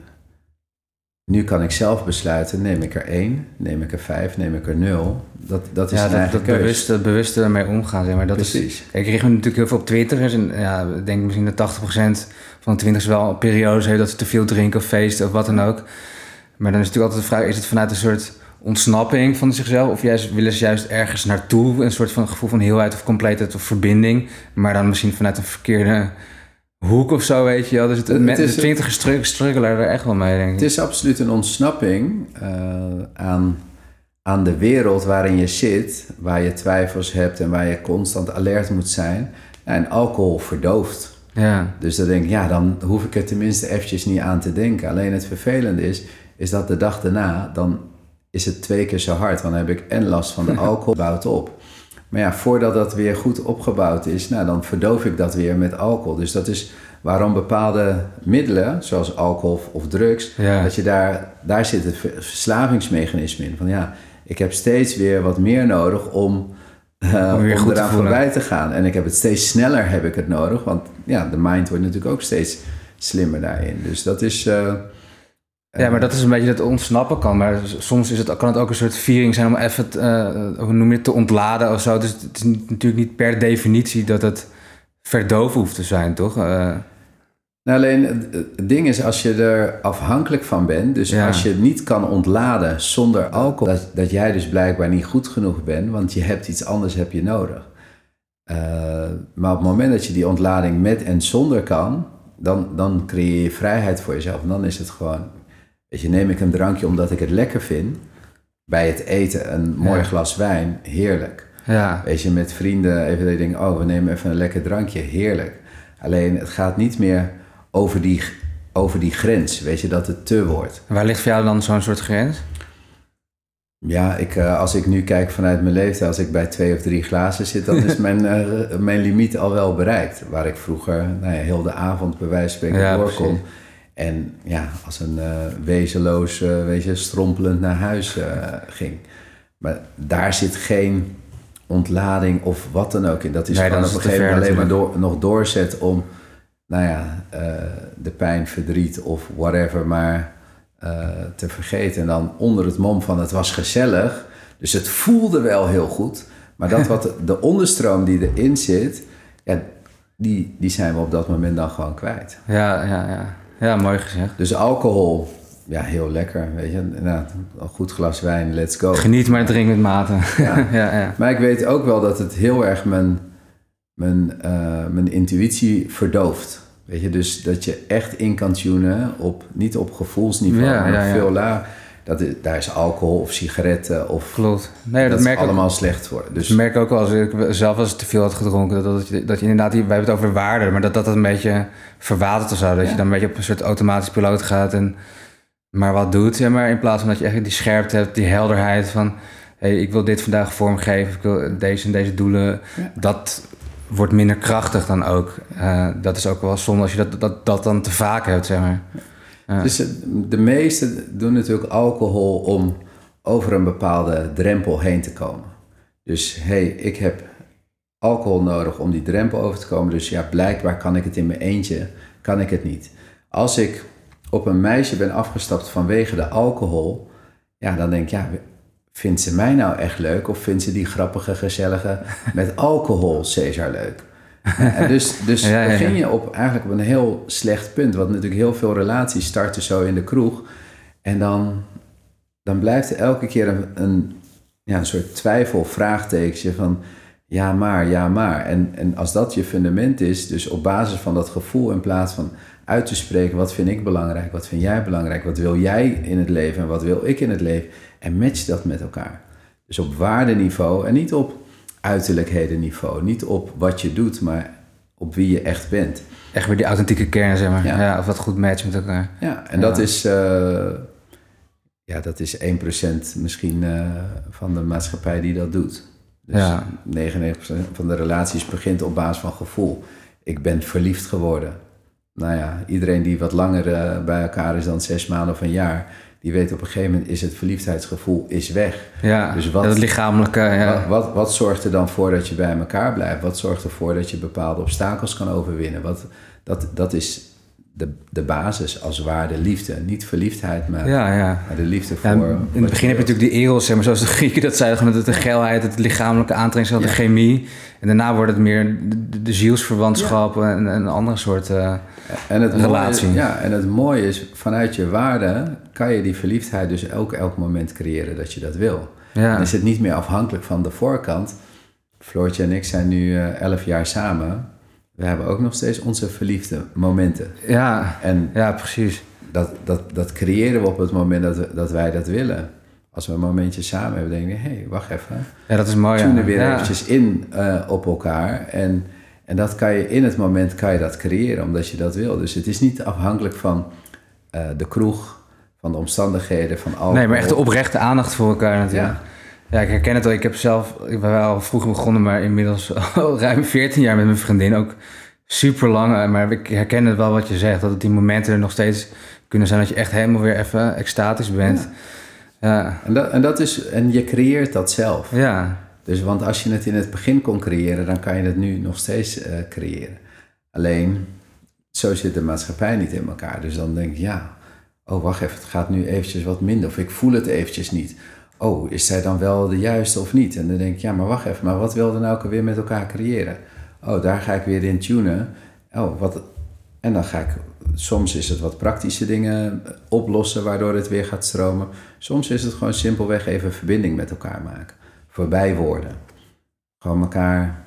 Speaker 2: nu kan ik zelf besluiten, neem ik er één, neem ik er vijf, neem ik er nul. Dat, dat is
Speaker 1: ja,
Speaker 2: een
Speaker 1: dat,
Speaker 2: eigen
Speaker 1: dat
Speaker 2: keus.
Speaker 1: bewust, dat bewust ermee omgaan, zeg maar. Dat
Speaker 2: Precies.
Speaker 1: Is, kijk, ik richt me natuurlijk heel veel op twintigers en ja, ik denk misschien dat tachtig procent van de twintigers wel periodes heeft dat ze te veel drinken of feesten of wat dan ook. Maar dan is natuurlijk altijd de vraag, is het vanuit een soort ontsnapping van zichzelf of juist, willen ze juist ergens naartoe, een soort van gevoel van heelheid of compleetheid of verbinding, maar dan misschien vanuit een verkeerde hoek of zo, weet je wel. Dus het, het de twintigers struggelen er echt wel mee, denk ik.
Speaker 2: Het is absoluut een ontsnapping uh, aan, aan de wereld waarin je zit, waar je twijfels hebt en waar je constant alert moet zijn. Ja, en alcohol verdooft.
Speaker 1: Ja.
Speaker 2: Dus dan denk ik, ja, dan hoef ik er tenminste eventjes niet aan te denken. Alleen het vervelende is, is dat de dag daarna, dan is het twee keer zo hard. Want dan heb ik en last van de alcohol, bouwt op. Maar ja, voordat dat weer goed opgebouwd is, nou, dan verdoof ik dat weer met alcohol. Dus dat is waarom bepaalde middelen, zoals alcohol of drugs, ja. dat je daar, daar zit het verslavingsmechanisme in. Van ja, ik heb steeds weer wat meer nodig om, uh, om, om eraan voorbij te gaan. En ik heb het steeds sneller heb ik het nodig, want ja, de mind wordt natuurlijk ook steeds slimmer daarin. Dus dat is... Uh,
Speaker 1: Ja, maar dat is een beetje dat het ontsnappen kan. Maar soms is het, kan het ook een soort viering zijn om even het, uh, hoe noem je het, te ontladen of zo. Dus het is natuurlijk niet per definitie dat het verdoven hoeft te zijn, toch? Uh...
Speaker 2: Nou, alleen het ding is, als je er afhankelijk van bent, dus ja. als je het niet kan ontladen zonder alcohol, dat, dat jij dus blijkbaar niet goed genoeg bent, want je hebt iets anders heb je nodig. Uh, maar op het moment dat je die ontlading met en zonder kan, dan, dan creëer je vrijheid voor jezelf. En dan is het gewoon, weet je, neem ik een drankje omdat ik het lekker vind. Bij het eten, een mooi ja. glas wijn, heerlijk.
Speaker 1: Ja.
Speaker 2: Weet je, met vrienden even dat je denkt, oh, we nemen even een lekker drankje, heerlijk. Alleen, het gaat niet meer over die, over die grens, weet je, dat het te wordt.
Speaker 1: Waar ligt voor jou dan zo'n soort grens?
Speaker 2: Ja, ik, uh, als ik nu kijk vanuit mijn leeftijd, als ik bij twee of drie glazen zit, dan is mijn, uh, mijn limiet al wel bereikt. Waar ik vroeger nou ja, heel de avond bij wijze van spreken ja, door kon. En ja, als een uh, wezenloos, uh, weet je, strompelend naar huis uh, ging. Maar daar zit geen ontlading of wat dan ook in. Dat is nee, gewoon op een gegeven moment alleen maar door, nog doorzet om, nou ja, uh, de pijn, verdriet of whatever, maar uh, te vergeten. En dan onder het mom van het was gezellig. Dus het voelde wel heel goed. Maar dat wat de onderstroom die erin zit, ja, die, die zijn we op dat moment dan gewoon kwijt.
Speaker 1: Ja, ja, ja. Ja, mooi gezegd.
Speaker 2: Dus alcohol, ja, heel lekker, weet je. Nou, een goed glas wijn, let's go.
Speaker 1: Geniet, maar drink met mate.
Speaker 2: Ja.
Speaker 1: ja, ja.
Speaker 2: Maar ik weet ook wel dat het heel erg mijn, mijn, uh, mijn intuïtie verdooft. Weet je, dus dat je echt in kan tunen, op, niet op gevoelsniveau, ja, maar ja, ja. veel lager. Dat is, daar is alcohol of sigaretten of
Speaker 1: klopt. Nee, dat,
Speaker 2: dat
Speaker 1: merk
Speaker 2: is allemaal
Speaker 1: ook,
Speaker 2: slecht voor. Dus
Speaker 1: ik merk ook wel, als ik zelf als ik te veel had gedronken, dat, dat, je, dat je inderdaad, wij hebben het over waarde, maar dat dat een beetje verwatert of zo. Dat ja. je dan een beetje op een soort automatisch piloot gaat en maar wat doet, zeg maar, in plaats van dat je echt die scherpte hebt, die helderheid van, hey, ik wil dit vandaag vormgeven, ik wil deze en deze doelen. Ja. Dat wordt minder krachtig dan ook. Uh, dat is ook wel zonde als je dat, dat, dat dan te vaak hebt, zeg maar.
Speaker 2: Ja. Dus de meesten doen natuurlijk alcohol om over een bepaalde drempel heen te komen. Dus hé, hey, ik heb alcohol nodig om die drempel over te komen. Dus ja, blijkbaar kan ik het in mijn eentje, kan ik het niet. Als ik op een meisje ben afgestapt vanwege de alcohol, ja, dan denk ik, ja, vindt ze mij nou echt leuk? Of vindt ze die grappige, gezellige met alcohol Cesar leuk? En dus dus ja, ja, ja. begin je op, eigenlijk op een heel slecht punt. Want natuurlijk heel veel relaties starten zo in de kroeg. En dan, dan blijft er elke keer een, een, ja, een soort twijfel, vraagtekentje van ja maar, ja maar. En, en als dat je fundament is, dus op basis van dat gevoel in plaats van uit te spreken, wat vind ik belangrijk, wat vind jij belangrijk, wat wil jij in het leven en wat wil ik in het leven. En match dat met elkaar. Dus op waardeniveau en niet op uiterlijkheden niveau. Niet op wat je doet, maar op wie je echt bent.
Speaker 1: Echt weer die authentieke kern, zeg maar. Ja. Ja, of wat goed matcht met elkaar.
Speaker 2: Ja, en ja. dat is uh, ja, dat is één procent misschien uh, van de maatschappij die dat doet. Dus ja. negenennegentig procent van de relaties begint op basis van gevoel. Ik ben verliefd geworden. Nou ja, iedereen die wat langer uh, bij elkaar is dan zes maanden of een jaar, die weet op een gegeven moment is het verliefdheidsgevoel is weg.
Speaker 1: Ja, dus wat, het lichamelijke. Ja.
Speaker 2: Wat, wat, wat zorgt er dan voor dat je bij elkaar blijft? Wat zorgt ervoor dat je bepaalde obstakels kan overwinnen? Wat, dat, dat is de, de basis als ware liefde. Niet verliefdheid, maar,
Speaker 1: ja, ja.
Speaker 2: maar de liefde voor...
Speaker 1: Ja, in het begin heb je natuurlijk die eros, zeg maar, zoals de Grieken dat zeiden, met de geilheid, het lichamelijke aantrekkingskracht, ja. de chemie. En daarna wordt het meer de, de zielsverwantschap ja. en een andere soort uh,
Speaker 2: en het
Speaker 1: relatie.
Speaker 2: Mooie, ja, en het mooie is, vanuit je waarde kan je die verliefdheid dus ook elk moment creëren dat je dat wil. Ja. Dan is het niet meer afhankelijk van de voorkant. Floortje en ik zijn nu uh, elf jaar samen. We hebben ook nog steeds onze verliefde momenten.
Speaker 1: Ja,
Speaker 2: en
Speaker 1: ja precies.
Speaker 2: Dat, dat, dat creëren we op het moment dat, we, dat wij dat willen. Als we een momentje samen hebben, denken we, hé, hey, wacht even.
Speaker 1: Ja, dat is mooi.
Speaker 2: Tune er
Speaker 1: ja.
Speaker 2: weer
Speaker 1: ja.
Speaker 2: eventjes in uh, op elkaar. En, en dat kan je in het moment kan je dat creëren, omdat je dat wil. Dus het is niet afhankelijk van uh, de kroeg, van de omstandigheden, van alcohol.
Speaker 1: Nee, maar echt de oprechte aandacht voor elkaar natuurlijk. Ja. Ja, ik herken het al. Ik heb zelf, ik ben wel vroeg begonnen, maar inmiddels al ruim veertien jaar met mijn vriendin. Ook super lang, maar ik herken het wel wat je zegt. Dat het die momenten er nog steeds kunnen zijn dat je echt helemaal weer even extatisch bent.
Speaker 2: Ja. Ja. En, dat, en, dat is, en je creëert dat zelf.
Speaker 1: Ja.
Speaker 2: Dus, want als je het in het begin kon creëren, dan kan je het nu nog steeds uh, creëren. Alleen, zo zit de maatschappij niet in elkaar. Dus dan denk je, ja, oh wacht even, het gaat nu eventjes wat minder. Of ik voel het eventjes niet. Oh, is zij dan wel de juiste of niet? En dan denk ik, ja, maar wacht even, maar wat wil er nou weer met elkaar creëren? Oh, daar ga ik weer in tunen. Oh, wat... En dan ga ik, soms is het wat praktische dingen oplossen, waardoor het weer gaat stromen. Soms is het gewoon simpelweg even verbinding met elkaar maken. Voorbij woorden. Gewoon elkaar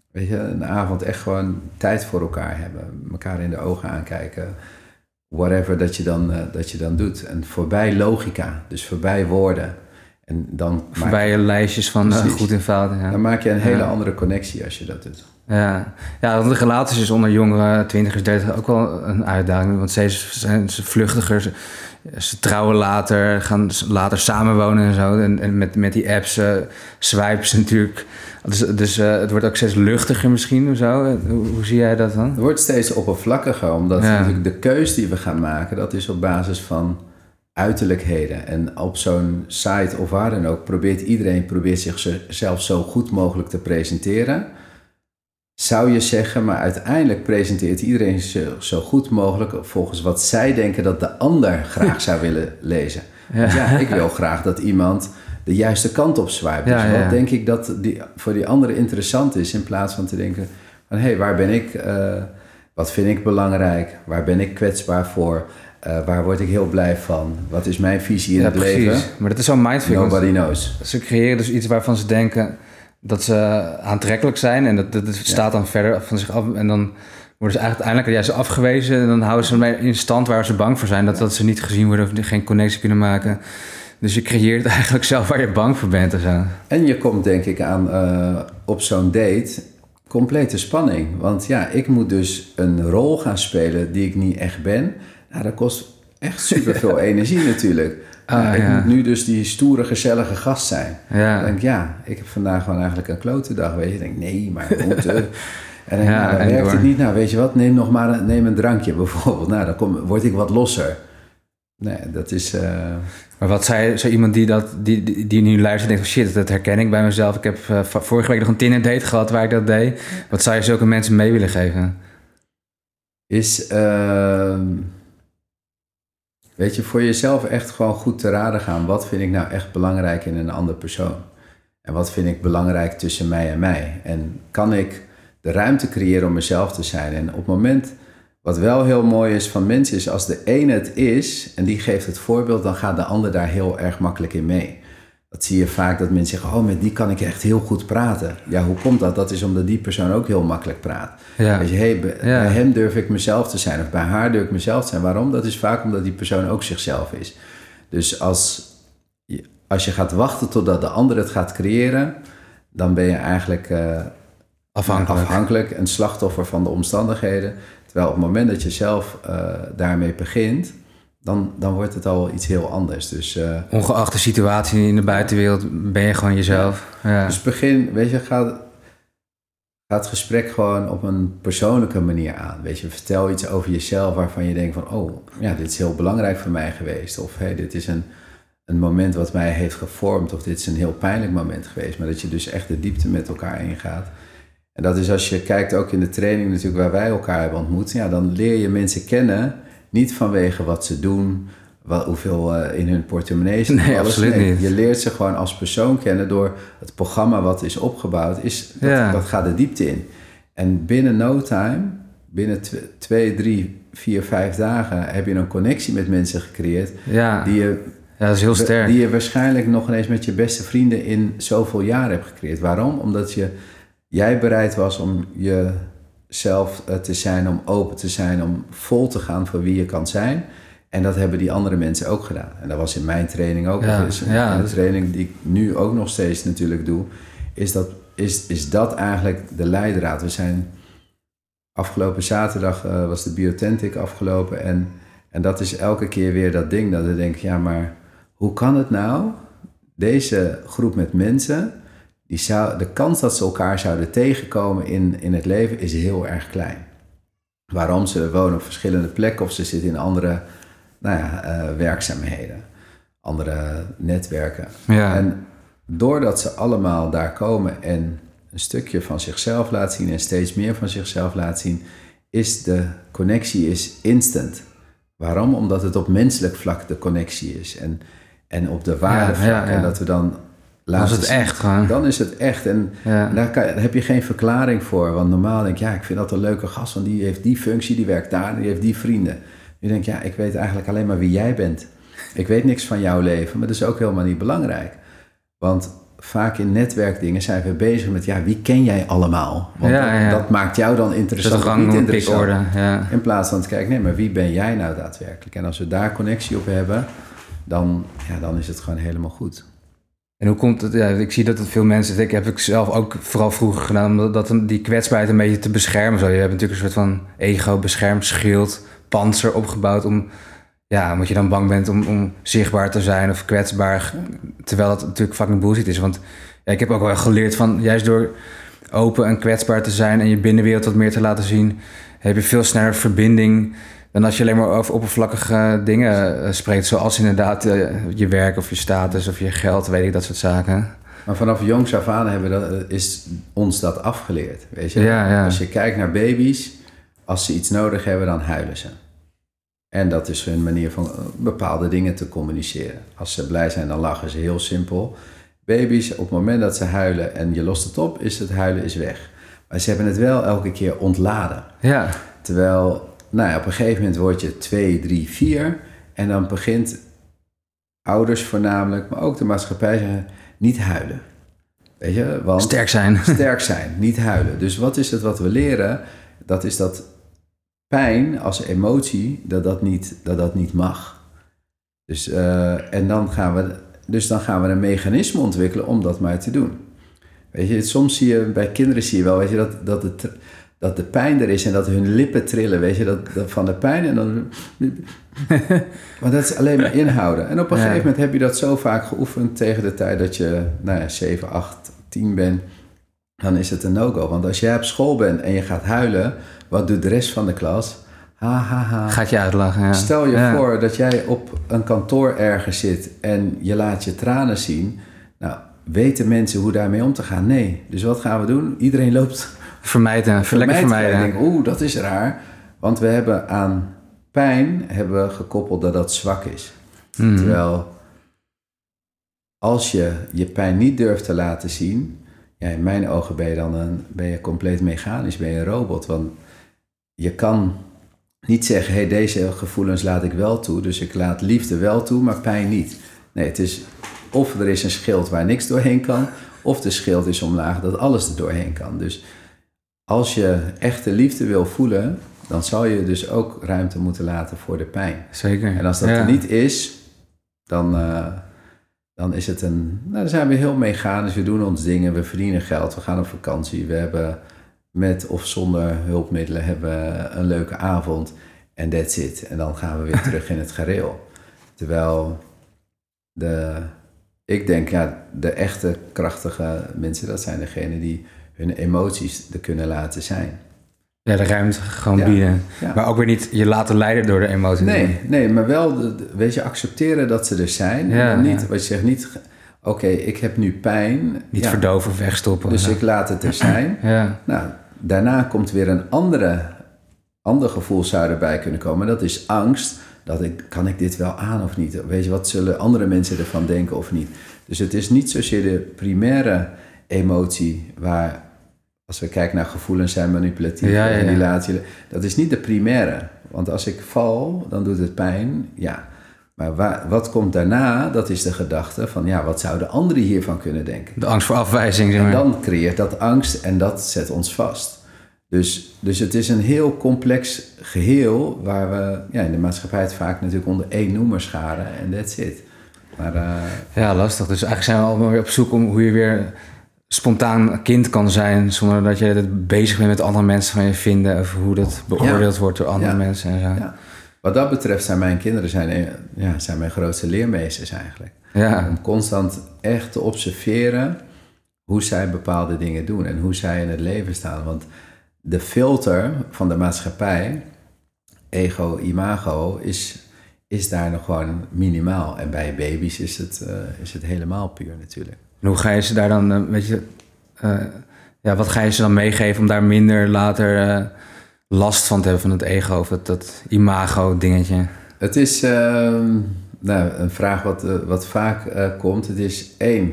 Speaker 2: Weet je, een avond echt gewoon tijd voor elkaar hebben. Elkaar in de ogen aankijken. Whatever dat je dan, uh, dat je dan doet. En voorbij logica, dus voorbij woorden. En dan
Speaker 1: voorbij je lijstjes van uh, goed en fout. Ja.
Speaker 2: Dan maak je een hele
Speaker 1: ja.
Speaker 2: andere connectie als je dat doet.
Speaker 1: Ja, ja, want de relaties is onder jongeren, twintigers, dertigers ook wel een uitdaging. Want steeds zijn ze vluchtiger, ze, ze trouwen later, gaan later samenwonen en zo. En, en met, met die apps uh, swipen ze natuurlijk. Dus, dus uh, het wordt ook steeds luchtiger misschien of zo. Hoe, hoe zie jij dat dan?
Speaker 2: Het wordt steeds oppervlakkiger, omdat
Speaker 1: ja.
Speaker 2: natuurlijk de keus die we gaan maken, dat is op basis van uiterlijkheden. En op zo'n site of waar dan ook probeert iedereen probeert zichzelf zo goed mogelijk te presenteren. Zou je zeggen, maar uiteindelijk presenteert iedereen zich zo goed mogelijk volgens wat zij denken dat de ander graag zou willen lezen. Ja. Dus ja, ik wil graag dat iemand de juiste kant op swipe. Dus ja, ja. wat denk ik dat die, voor die andere interessant is, in plaats van te denken van hé, hey, waar ben ik, uh, wat vind ik belangrijk, waar ben ik kwetsbaar voor, uh, waar word ik heel blij van, wat is mijn visie in
Speaker 1: ja,
Speaker 2: het
Speaker 1: precies.
Speaker 2: leven.
Speaker 1: Maar dat is zo'n mindfuck.
Speaker 2: Nobody knows.
Speaker 1: Ze creëren dus iets waarvan ze denken dat ze aantrekkelijk zijn en dat, dat, dat staat ja. dan verder van zich af en dan worden ze eigenlijk uiteindelijk juist afgewezen en dan houden ze mee in stand waar ze bang voor zijn, dat, ja. dat ze niet gezien worden of geen connectie kunnen maken. Dus je creëert eigenlijk zelf waar je bang voor bent en zo.
Speaker 2: En je komt denk ik aan uh, op zo'n date complete spanning. Want ja, ik moet dus een rol gaan spelen die ik niet echt ben. Nou, dat kost echt superveel energie natuurlijk. Ah, ja, ik ja. moet nu dus die stoere, gezellige gast zijn. Ja. Dan denk ik, ja, ik heb vandaag gewoon eigenlijk een klote dag. Weet je, ik denk, nee, maar we moeten. En dan, ja, nou, dan werkt door. het niet. Nou, weet je wat, neem nog maar een, neem een drankje bijvoorbeeld. Nou, dan kom, word ik wat losser. Nee, dat is... Uh...
Speaker 1: Maar wat zei zo iemand die, dat, die, die, die nu luistert en denkt van shit, dat herken ik bij mezelf. Ik heb uh, vorige week nog een Tinder date gehad waar ik dat deed. Wat zou je zulke mensen mee willen geven?
Speaker 2: Is, uh, weet je, voor jezelf echt gewoon goed te raden gaan. Wat vind ik nou echt belangrijk in een andere persoon? En wat vind ik belangrijk tussen mij en mij? En kan ik de ruimte creëren om mezelf te zijn? En op het moment... Wat wel heel mooi is van mensen is als de ene het is en die geeft het voorbeeld, dan gaat de ander daar heel erg makkelijk in mee. Dat zie je vaak dat mensen zeggen, oh met die kan ik echt heel goed praten. Ja, hoe komt dat? Dat is omdat die persoon ook heel makkelijk praat. Ja. Weet je, hey, bij, ja. bij hem durf ik mezelf te zijn of bij haar durf ik mezelf te zijn. Waarom? Dat is vaak omdat die persoon ook zichzelf is. Dus als, als je gaat wachten totdat de ander het gaat creëren, dan ben je eigenlijk uh, afhankelijk. afhankelijk, een slachtoffer van de omstandigheden. Terwijl op het moment dat je zelf uh, daarmee begint, dan, dan wordt het al iets heel anders. Dus, uh,
Speaker 1: ongeacht de situatie in de buitenwereld ben je gewoon jezelf. Ja. Ja.
Speaker 2: Dus begin, weet je, ga, ga het gesprek gewoon op een persoonlijke manier aan. Weet je, vertel iets over jezelf waarvan je denkt van, oh, ja, dit is heel belangrijk voor mij geweest. Of hey, dit is een, een moment wat mij heeft gevormd. Of dit is een heel pijnlijk moment geweest. Maar dat je dus echt de diepte met elkaar ingaat. En dat is als je kijkt ook in de training natuurlijk waar wij elkaar hebben ontmoet. Ja, dan leer je mensen kennen, niet vanwege wat ze doen, wat, hoeveel uh, in hun portemonnee zit.
Speaker 1: Nee,
Speaker 2: alles.
Speaker 1: absoluut
Speaker 2: nee,
Speaker 1: niet.
Speaker 2: Je leert ze gewoon als persoon kennen door het programma wat is opgebouwd. Is, dat, ja. dat gaat de diepte in. En binnen no time, binnen tw- twee, drie, vier, vijf dagen heb je een connectie met mensen gecreëerd.
Speaker 1: Ja.
Speaker 2: Die je,
Speaker 1: ja, dat is heel sterk.
Speaker 2: Die je waarschijnlijk nog ineens met je beste vrienden in zoveel jaar hebt gecreëerd. Waarom? Omdat je... Jij bereid was om jezelf te zijn, om open te zijn, om vol te gaan voor wie je kan zijn. En dat hebben die andere mensen ook gedaan. En dat was in mijn training ook.
Speaker 1: Ja,
Speaker 2: is
Speaker 1: ja,
Speaker 2: een training die ik nu ook nog steeds natuurlijk doe. Is dat, is, is dat eigenlijk de leidraad. We zijn afgelopen zaterdag uh, was de Biotentic afgelopen. En, en dat is elke keer weer dat ding dat we denken, ja maar hoe kan het nou? Deze groep met mensen... Die zou, de kans dat ze elkaar zouden tegenkomen in, in het leven is heel erg klein. Waarom? Ze wonen op verschillende plekken of ze zitten in andere nou ja, uh, werkzaamheden, andere netwerken. Ja. En doordat ze allemaal daar komen en een stukje van zichzelf laten zien en steeds meer van zichzelf laten zien, is de connectie is instant. Waarom? Omdat het op menselijk vlak de connectie is en, en op de waardevlak. Ja, ja, ja. En dat we dan...
Speaker 1: Dan is het echt gewoon.
Speaker 2: Dan is het echt. En ja. daar, kan, daar heb je geen verklaring voor. Want normaal denk ik, ja, ik vind dat een leuke gast. Want die heeft die functie, die werkt daar, die heeft die vrienden. Je denkt, ja, ik weet eigenlijk alleen maar wie jij bent. Ik weet niks van jouw leven, maar dat is ook helemaal niet belangrijk. Want vaak in netwerkdingen zijn we bezig met, ja, wie ken jij allemaal? Want
Speaker 1: ja,
Speaker 2: dat,
Speaker 1: ja.
Speaker 2: dat maakt jou dan interessant,
Speaker 1: dat
Speaker 2: of niet interessant.
Speaker 1: Pikorde, ja.
Speaker 2: In plaats van te kijken, nee, maar wie ben jij nou daadwerkelijk? En als we daar connectie op hebben, dan, ja, dan is het gewoon helemaal goed.
Speaker 1: En hoe komt het? Ja, ik zie dat het veel mensen... Ik heb ik zelf ook vooral vroeger gedaan... om dat, die kwetsbaarheid een beetje te beschermen. Zo, je hebt natuurlijk een soort van ego-beschermschild, panzer opgebouwd... om, ja, omdat je dan bang bent om, om zichtbaar te zijn of kwetsbaar... terwijl dat natuurlijk fucking bullshit is. Want ja, ik heb ook wel geleerd van... juist door open en kwetsbaar te zijn... en je binnenwereld wat meer te laten zien... heb je veel sneller verbinding... dan als je alleen maar over oppervlakkige dingen uh, spreekt... zoals inderdaad uh, je werk of je status of je geld, weet ik, dat soort zaken.
Speaker 2: Maar vanaf jongs af aan hebben dat, is ons dat afgeleerd, weet je?
Speaker 1: Ja, ja.
Speaker 2: Als je kijkt naar baby's, als ze iets nodig hebben, dan huilen ze. En dat is hun manier van bepaalde dingen te communiceren. Als ze blij zijn, dan lachen ze, heel simpel. Baby's, op het moment dat ze huilen en je lost het op, is het huilen is weg. Maar ze hebben het wel elke keer ontladen.
Speaker 1: Ja.
Speaker 2: Terwijl... Nou ja, op een gegeven moment word je twee, drie, vier... en dan begint ouders voornamelijk, maar ook de maatschappij zeggen... niet huilen. Weet je? Want
Speaker 1: sterk zijn.
Speaker 2: Sterk zijn, niet huilen. Dus wat is het wat we leren? Dat is dat pijn als emotie, dat dat niet, dat dat niet mag. Dus, uh, en dan gaan we, dus dan gaan we een mechanisme ontwikkelen om dat maar te doen. Weet je, soms zie je, bij kinderen zie je wel, weet je, dat, dat het... dat de pijn er is en dat hun lippen trillen, weet je, dat, dat van de pijn en dan... maar dat is alleen maar inhouden. En op een ja. gegeven moment heb je dat zo vaak geoefend tegen de tijd dat je, nou ja, zeven, acht, tien bent, dan is het een no-go. Want als jij op school bent en je gaat huilen, wat doet de rest van de klas? Ha, ha, ha.
Speaker 1: Gaat je uitlachen, ja.
Speaker 2: Stel je
Speaker 1: ja.
Speaker 2: voor dat jij op een kantoor ergens zit en je laat je tranen zien. Nou, weten mensen hoe daarmee om te gaan? Nee. Dus wat gaan we doen? Iedereen loopt...
Speaker 1: Vermijden, lekker vermijden.
Speaker 2: Ik denk, oeh, dat is raar. Want we hebben aan pijn hebben we gekoppeld dat dat zwak is. Mm. Terwijl als je je pijn niet durft te laten zien... Ja, in mijn ogen ben je dan een, ben je compleet mechanisch, ben je een robot. Want je kan niet zeggen, hey, deze gevoelens laat ik wel toe. Dus ik laat liefde wel toe, maar pijn niet. Nee, het is of er is een schild waar niks doorheen kan... of de schild is omlaag dat alles er doorheen kan. Dus... als je echte liefde wil voelen, dan zal je dus ook ruimte moeten laten voor de pijn.
Speaker 1: Zeker.
Speaker 2: En als dat ja. er niet is, dan, uh, dan is het een... Nou, dan zijn we heel mechanisch, we doen ons dingen, we verdienen geld, we gaan op vakantie. We hebben met of zonder hulpmiddelen hebben een leuke avond en that's it. En dan gaan we weer terug in het gareel. Terwijl de... Ik denk, ja, de echte krachtige mensen, dat zijn degenen die... hun emoties er kunnen laten zijn.
Speaker 1: Ja, de ruimte gewoon
Speaker 2: ja,
Speaker 1: bieden.
Speaker 2: Ja.
Speaker 1: Maar ook weer niet je laten leiden door de emoties.
Speaker 2: Nee, nee, maar wel, de, de, weet je, accepteren dat ze er zijn.
Speaker 1: Ja,
Speaker 2: en niet,
Speaker 1: ja.
Speaker 2: wat je zegt, niet, oké, okay, ik heb nu pijn.
Speaker 1: Niet
Speaker 2: ja,
Speaker 1: verdoven of wegstoppen.
Speaker 2: Dus
Speaker 1: ja.
Speaker 2: ik laat het er zijn.
Speaker 1: Ja.
Speaker 2: Nou, daarna komt weer een andere, ander gevoel zou erbij kunnen komen. Dat is angst. Dat ik, kan ik dit wel aan of niet? Weet je, wat zullen andere mensen ervan denken of niet? Dus het is niet zozeer de primaire emotie waar... Als we kijken naar gevoelens zijn manipulatief
Speaker 1: ja, ja, ja.
Speaker 2: en relatie, dat is niet de primaire. Want als ik val, dan doet het pijn, ja. Maar waar, wat komt daarna, dat is de gedachte van, ja, wat zouden anderen hiervan kunnen denken?
Speaker 1: De angst voor afwijzing, zeg maar.
Speaker 2: En dan creëert dat angst en dat zet ons vast. Dus, dus het is een heel complex geheel, waar we ja, in de maatschappij het vaak natuurlijk onder één noemer scharen en that's it. Maar, uh,
Speaker 1: ja, lastig. Dus eigenlijk zijn we allemaal weer op zoek om hoe je weer... spontaan kind kan zijn, zonder dat je bezig bent met andere mensen van je vinden, of hoe dat beoordeeld ja. wordt door andere ja. mensen en zo.
Speaker 2: Ja. Wat dat betreft zijn mijn kinderen zijn, ja, zijn mijn grootste leermeesters eigenlijk.
Speaker 1: Ja.
Speaker 2: Om constant echt te observeren hoe zij bepaalde dingen doen en hoe zij in het leven staan. Want de filter van de maatschappij, ego, imago, is, is daar nog gewoon minimaal. En bij baby's is het, uh, is het helemaal puur natuurlijk.
Speaker 1: En hoe ga je ze daar dan, uh, weet je, uh, ja, wat ga je ze dan meegeven om daar minder later uh, last van te hebben van het ego of dat, dat imago dingetje?
Speaker 2: Het is uh, nou, een vraag wat, uh, wat vaak uh, komt. Het is één,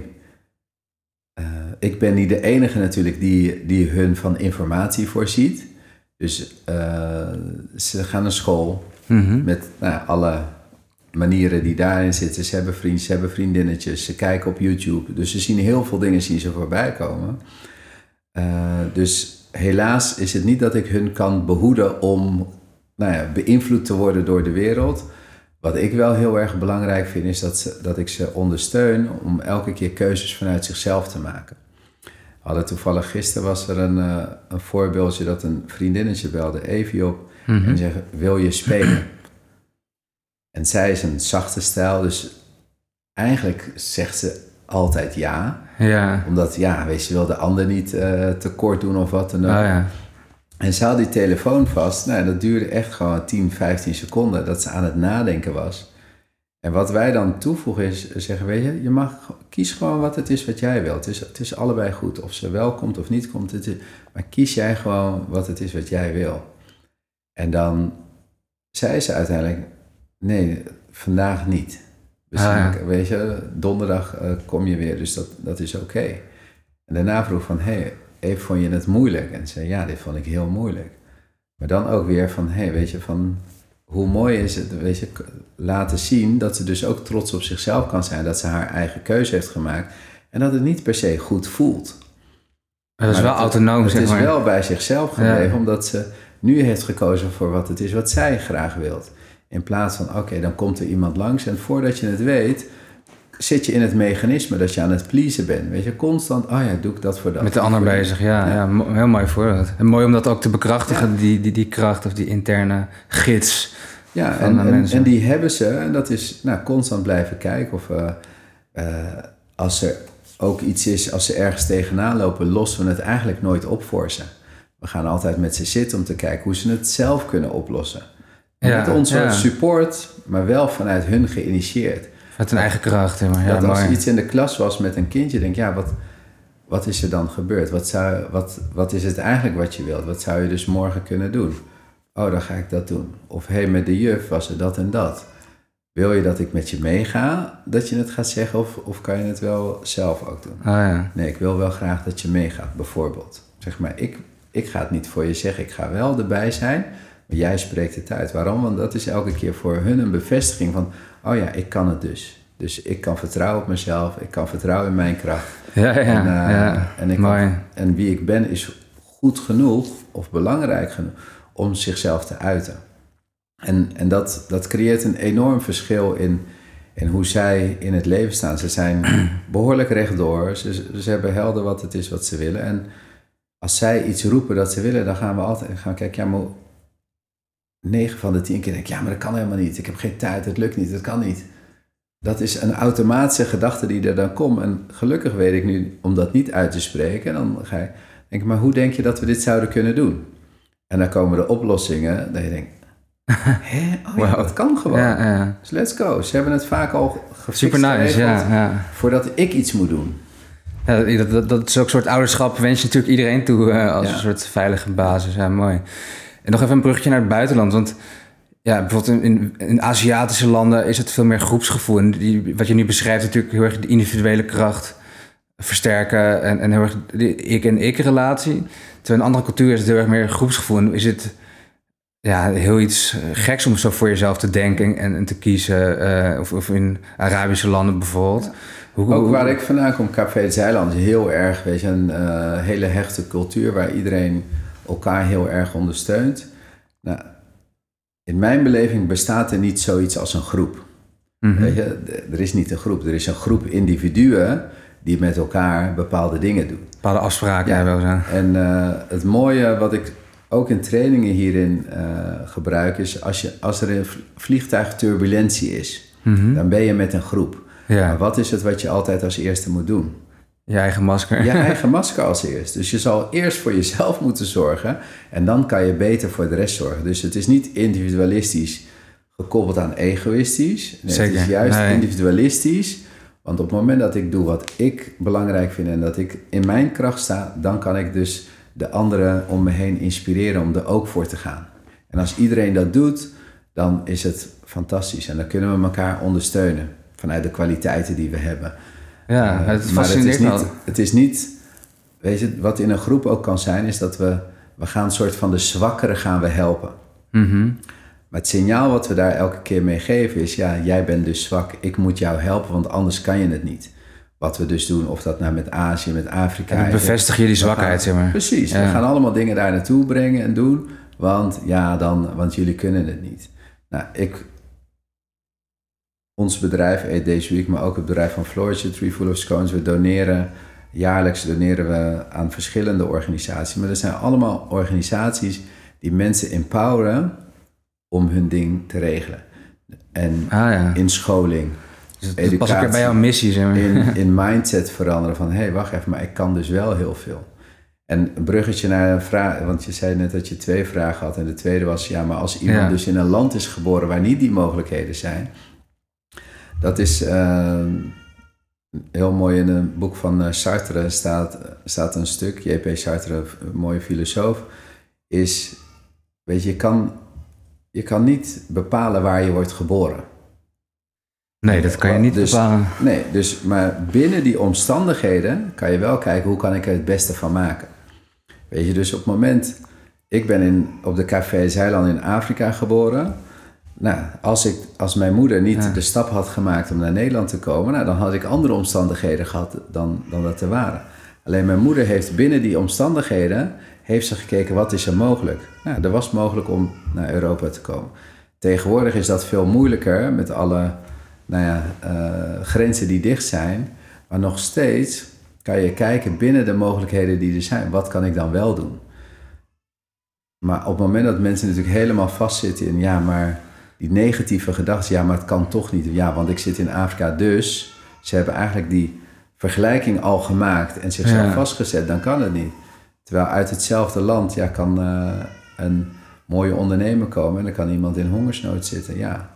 Speaker 2: uh, ik ben niet de enige natuurlijk die, die hun van informatie voorziet. Dus uh, ze gaan naar school mm-hmm. met nou, alle manieren die daarin zitten. Ze hebben vrienden, ze hebben vriendinnetjes, ze kijken op YouTube. Dus ze zien heel veel dingen zien ze voorbij komen. Uh, dus helaas is het niet dat ik hun kan behoeden om nou ja, beïnvloed te worden door de wereld. Wat ik wel heel erg belangrijk vind is dat, ze, dat ik ze ondersteun om elke keer keuzes vanuit zichzelf te maken. We hadden toevallig gisteren was er een, uh, een voorbeeldje dat een vriendinnetje belde Evie op mm-hmm. en zegt, wil je spelen? En zij is een zachte stijl, dus eigenlijk zegt ze altijd ja.
Speaker 1: Ja.
Speaker 2: Omdat, ja, weet je, wil de ander niet uh, tekort doen of wat dan ook.
Speaker 1: Oh, ja.
Speaker 2: En ze had die telefoon vast. Nou, dat duurde echt gewoon tien, vijftien seconden dat ze aan het nadenken was. En wat wij dan toevoegen is zeggen, weet je, je mag kies gewoon wat het is wat jij wilt. Het is, het is allebei goed. Of ze wel komt of niet komt. Het is, maar kies jij gewoon wat het is wat jij wil. En dan zei ze uiteindelijk, nee, vandaag niet. Dus ah, ja. weet je, donderdag uh, kom je weer, dus dat, dat is oké. Okay. En daarna vroeg van, hé, hey, even vond je het moeilijk? En ze zei, ja, dit vond ik heel moeilijk. Maar dan ook weer van, hé, hey, weet je, van hoe mooi is het, weet je, laten zien dat ze dus ook trots op zichzelf kan zijn, dat ze haar eigen keuze heeft gemaakt en dat het niet per se goed voelt.
Speaker 1: Dat is maar wel het, autonoom,
Speaker 2: het
Speaker 1: zeg maar.
Speaker 2: Het is wel bij zichzelf gebleven,
Speaker 1: ja.
Speaker 2: omdat ze nu heeft gekozen voor wat het is wat zij graag wilt. In plaats van, oké, okay, dan komt er iemand langs en voordat je het weet, zit je in het mechanisme dat je aan het pleasen bent. Weet je, constant, oh ja, doe ik dat voor dat.
Speaker 1: Met de ander bezig, ja, ja. ja. Heel mooi voorbeeld. En mooi om dat ook te bekrachtigen, ja. die, die, die kracht of die interne gids.
Speaker 2: Ja, en, en, en die hebben ze, en dat is nou, constant blijven kijken. Of uh, uh, als er ook iets is, als ze ergens tegenaan lopen, lossen we het eigenlijk nooit op voor ze. We gaan altijd met ze zitten om te kijken hoe ze het zelf kunnen oplossen. Ja, met onze ja. support, maar wel vanuit hun geïnitieerd.
Speaker 1: Met hun eigen kracht. Maar ja,
Speaker 2: dat als
Speaker 1: mooi.
Speaker 2: iets in de klas was met een kindje, denk ja, wat, wat is er dan gebeurd? Wat, zou, wat, wat is het eigenlijk wat je wilt? Wat zou je dus morgen kunnen doen? Oh, dan ga ik dat doen. Of hé, hey, met de juf was er dat en dat. Wil je dat ik met je meega, dat je het gaat zeggen? Of, of kan je het wel zelf ook doen?
Speaker 1: Oh, ja.
Speaker 2: Nee, ik wil wel graag dat je meegaat, bijvoorbeeld. Zeg maar, ik, ik ga het niet voor je zeggen. Ik ga wel erbij zijn, maar jij spreekt het uit. Waarom? Want dat is elke keer voor hun een bevestiging van, oh ja, ik kan het dus. Dus ik kan vertrouwen op mezelf, ik kan vertrouwen in mijn kracht.
Speaker 1: Ja, ja,
Speaker 2: en, uh,
Speaker 1: ja.
Speaker 2: En, ik
Speaker 1: mooi.
Speaker 2: Kan, en wie ik ben is goed genoeg of belangrijk genoeg om zichzelf te uiten. En, en dat, dat creëert een enorm verschil in, in hoe zij in het leven staan. Ze zijn behoorlijk rechtdoor, ze, ze hebben helder wat het is wat ze willen. En als zij iets roepen dat ze willen, dan gaan we altijd gaan kijken, ja, maar negen van de tien keer denk ik, ja, maar dat kan helemaal niet. Ik heb geen tijd, het lukt niet, het kan niet. Dat is een automatische gedachte die er dan komt. En gelukkig weet ik nu om dat niet uit te spreken. En dan ga je denken, maar hoe denk je dat we dit zouden kunnen doen? En dan komen de oplossingen dat je denkt, hè? Oh ja, wow. Dat kan gewoon. Ja, ja. Dus let's go. Ze hebben het vaak al gefixt.
Speaker 1: Super nice, ja, ja.
Speaker 2: Voordat ik iets moet doen.
Speaker 1: Ja, dat, dat, dat is ook een soort ouderschap, wens je natuurlijk iedereen toe uh, als ja. een soort veilige basis. Ja, mooi. En nog even een bruggetje naar het buitenland, want ja, bijvoorbeeld in, in Aziatische landen is het veel meer groepsgevoel. En die, wat je nu beschrijft, natuurlijk heel erg de individuele kracht versterken en, en heel erg de ik en ik relatie. Terwijl in andere culturen is het heel erg meer groepsgevoel. En is het ja, heel iets geks om zo voor jezelf te denken en, en te kiezen. Uh, of, of in Arabische landen bijvoorbeeld.
Speaker 2: Ja. Hoe, Ook waar ik vandaan kom, Kaapverdi Zeiland, is heel erg, weet je, een uh, hele hechte cultuur waar iedereen elkaar heel erg ondersteunt. Nou, in mijn beleving bestaat er niet zoiets als een groep. Mm-hmm. Weet je, er is niet een groep, er is een groep individuen die met elkaar bepaalde dingen doen.
Speaker 1: Bepaalde afspraken
Speaker 2: ja.
Speaker 1: hebben we zo.
Speaker 2: En uh, het mooie wat ik ook in trainingen hierin uh, gebruik is, als, je, als er een vliegtuigturbulentie is, mm-hmm. dan ben je met een groep. Ja. Maar wat is het wat je altijd als eerste moet doen?
Speaker 1: Je eigen masker.
Speaker 2: Je eigen masker als eerst. Dus je zal eerst voor jezelf moeten zorgen en dan kan je beter voor de rest zorgen. Dus het is niet individualistisch gekoppeld aan egoïstisch. Nee, Zeker. Het is juist nee. individualistisch. Want op het moment dat ik doe wat ik belangrijk vind en dat ik in mijn kracht sta, dan kan ik dus de anderen om me heen inspireren om er ook voor te gaan. En als iedereen dat doet, dan is het fantastisch. En dan kunnen we elkaar ondersteunen vanuit de kwaliteiten die we hebben.
Speaker 1: Ja, het
Speaker 2: uh, maar het is, niet, het is niet, weet je, wat in een groep ook kan zijn, is dat we, we gaan een soort van de zwakkeren gaan we helpen.
Speaker 1: Mm-hmm.
Speaker 2: Maar Maar het signaal wat we daar elke keer mee geven is... ja, jij bent dus zwak, ik moet jou helpen, want anders kan je het niet. Wat we dus doen, of dat nou met Azië, met Afrika...
Speaker 1: En dan bevestig je die zwakheid,
Speaker 2: gaan,
Speaker 1: zeg maar.
Speaker 2: Precies,
Speaker 1: ja.
Speaker 2: we gaan allemaal dingen daar naartoe brengen en doen... want ja, dan, want jullie kunnen het niet. Nou, ik... Ons bedrijf, Eat This Week, maar ook het bedrijf van Floortje, Tree Full of Scones... we doneren, jaarlijks doneren we aan verschillende organisaties... maar dat zijn allemaal organisaties die mensen empoweren... om hun ding te regelen. En
Speaker 1: ah, ja.
Speaker 2: in scholing...
Speaker 1: Dus dat pas ook bij jouw missie, zeg maar.
Speaker 2: In, in mindset veranderen van... hé, hey, wacht even, maar ik kan dus wel heel veel. En een bruggetje naar een vraag... want je zei net dat je twee vragen had... en de tweede was... ja, maar als iemand ja. dus in een land is geboren... waar niet die mogelijkheden zijn... dat is uh, heel mooi in een boek van uh, Sartre... Staat, staat een stuk... J P Sartre, een mooie filosoof... is... weet je, je kan, je kan niet bepalen waar je wordt geboren...
Speaker 1: Nee, dat kan je niet
Speaker 2: dus,
Speaker 1: bepalen.
Speaker 2: Nee, dus, maar binnen die omstandigheden kan je wel kijken hoe kan ik er het beste van maken. Weet je, dus op het moment... Ik ben in, op de Café Zeiland in Afrika geboren. Nou, als, ik, als mijn moeder niet ja. de stap had gemaakt om naar Nederland te komen... Nou, dan had ik andere omstandigheden gehad dan, dan dat er waren. Alleen mijn moeder heeft binnen die omstandigheden... heeft ze gekeken wat is er mogelijk. Nou, er was mogelijk om naar Europa te komen. Tegenwoordig is dat veel moeilijker met alle... nou ja, uh, grenzen die dicht zijn. Maar nog steeds kan je kijken binnen de mogelijkheden die er zijn. Wat kan ik dan wel doen? Maar op het moment dat mensen natuurlijk helemaal vastzitten in... ja, maar die negatieve gedachten... ja, maar het kan toch niet. Ja, want ik zit in Afrika dus... ze hebben eigenlijk die vergelijking al gemaakt... en zichzelf ja. vastgezet, dan kan het niet. Terwijl uit hetzelfde land... ja, kan uh, een mooie ondernemer komen... en dan kan iemand in hongersnood zitten, ja...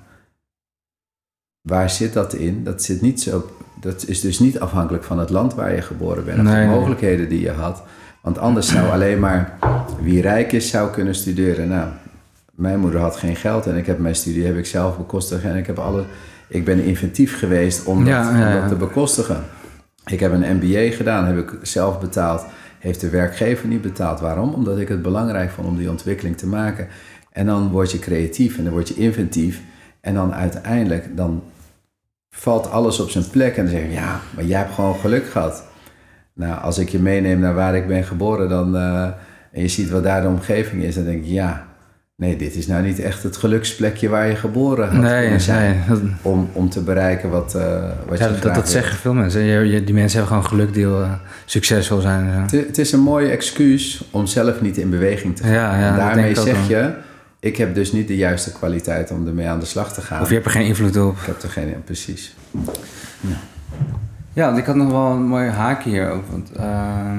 Speaker 2: Waar zit dat in? Dat, zit niet zo, dat is dus niet afhankelijk van het land waar je geboren bent. Of nee, de mogelijkheden die je had. Want anders zou alleen maar wie rijk is, zou kunnen studeren. Nou, mijn moeder had geen geld en ik heb mijn studie heb ik zelf bekostigd. En ik, heb alle, ik ben inventief geweest om, ja, dat, ja, om dat te bekostigen. Ik heb een M B A gedaan, heb ik zelf betaald. Heeft de werkgever niet betaald. Waarom? Omdat ik het belangrijk vond om die ontwikkeling te maken. En dan word je creatief en dan word je inventief. En dan uiteindelijk, dan valt alles op zijn plek. En dan zeg je, ja, maar jij hebt gewoon geluk gehad. Nou, als ik je meeneem naar waar ik ben geboren... Dan, uh, en je ziet wat daar de omgeving is... dan denk je, ja, nee, dit is nou niet echt het geluksplekje... waar je geboren had
Speaker 1: nee,
Speaker 2: kunnen zijn.
Speaker 1: Nee, dat...
Speaker 2: om, om te bereiken wat, uh, wat
Speaker 1: ja,
Speaker 2: je
Speaker 1: dat,
Speaker 2: graag
Speaker 1: dat zeggen veel mensen. Je, je, die mensen hebben gewoon geluk die uh, succesvol zijn.
Speaker 2: Het, het is een mooie excuus om zelf niet in beweging te gaan.
Speaker 1: Ja, ja,
Speaker 2: en daarmee zeg
Speaker 1: je...
Speaker 2: je... ik heb dus niet de juiste kwaliteit om ermee aan de slag te gaan.
Speaker 1: Of je hebt er geen invloed op.
Speaker 2: Ik heb er geen, precies.
Speaker 1: Ja, ja want ik had nog wel een mooi haakje hier ook. Want, uh,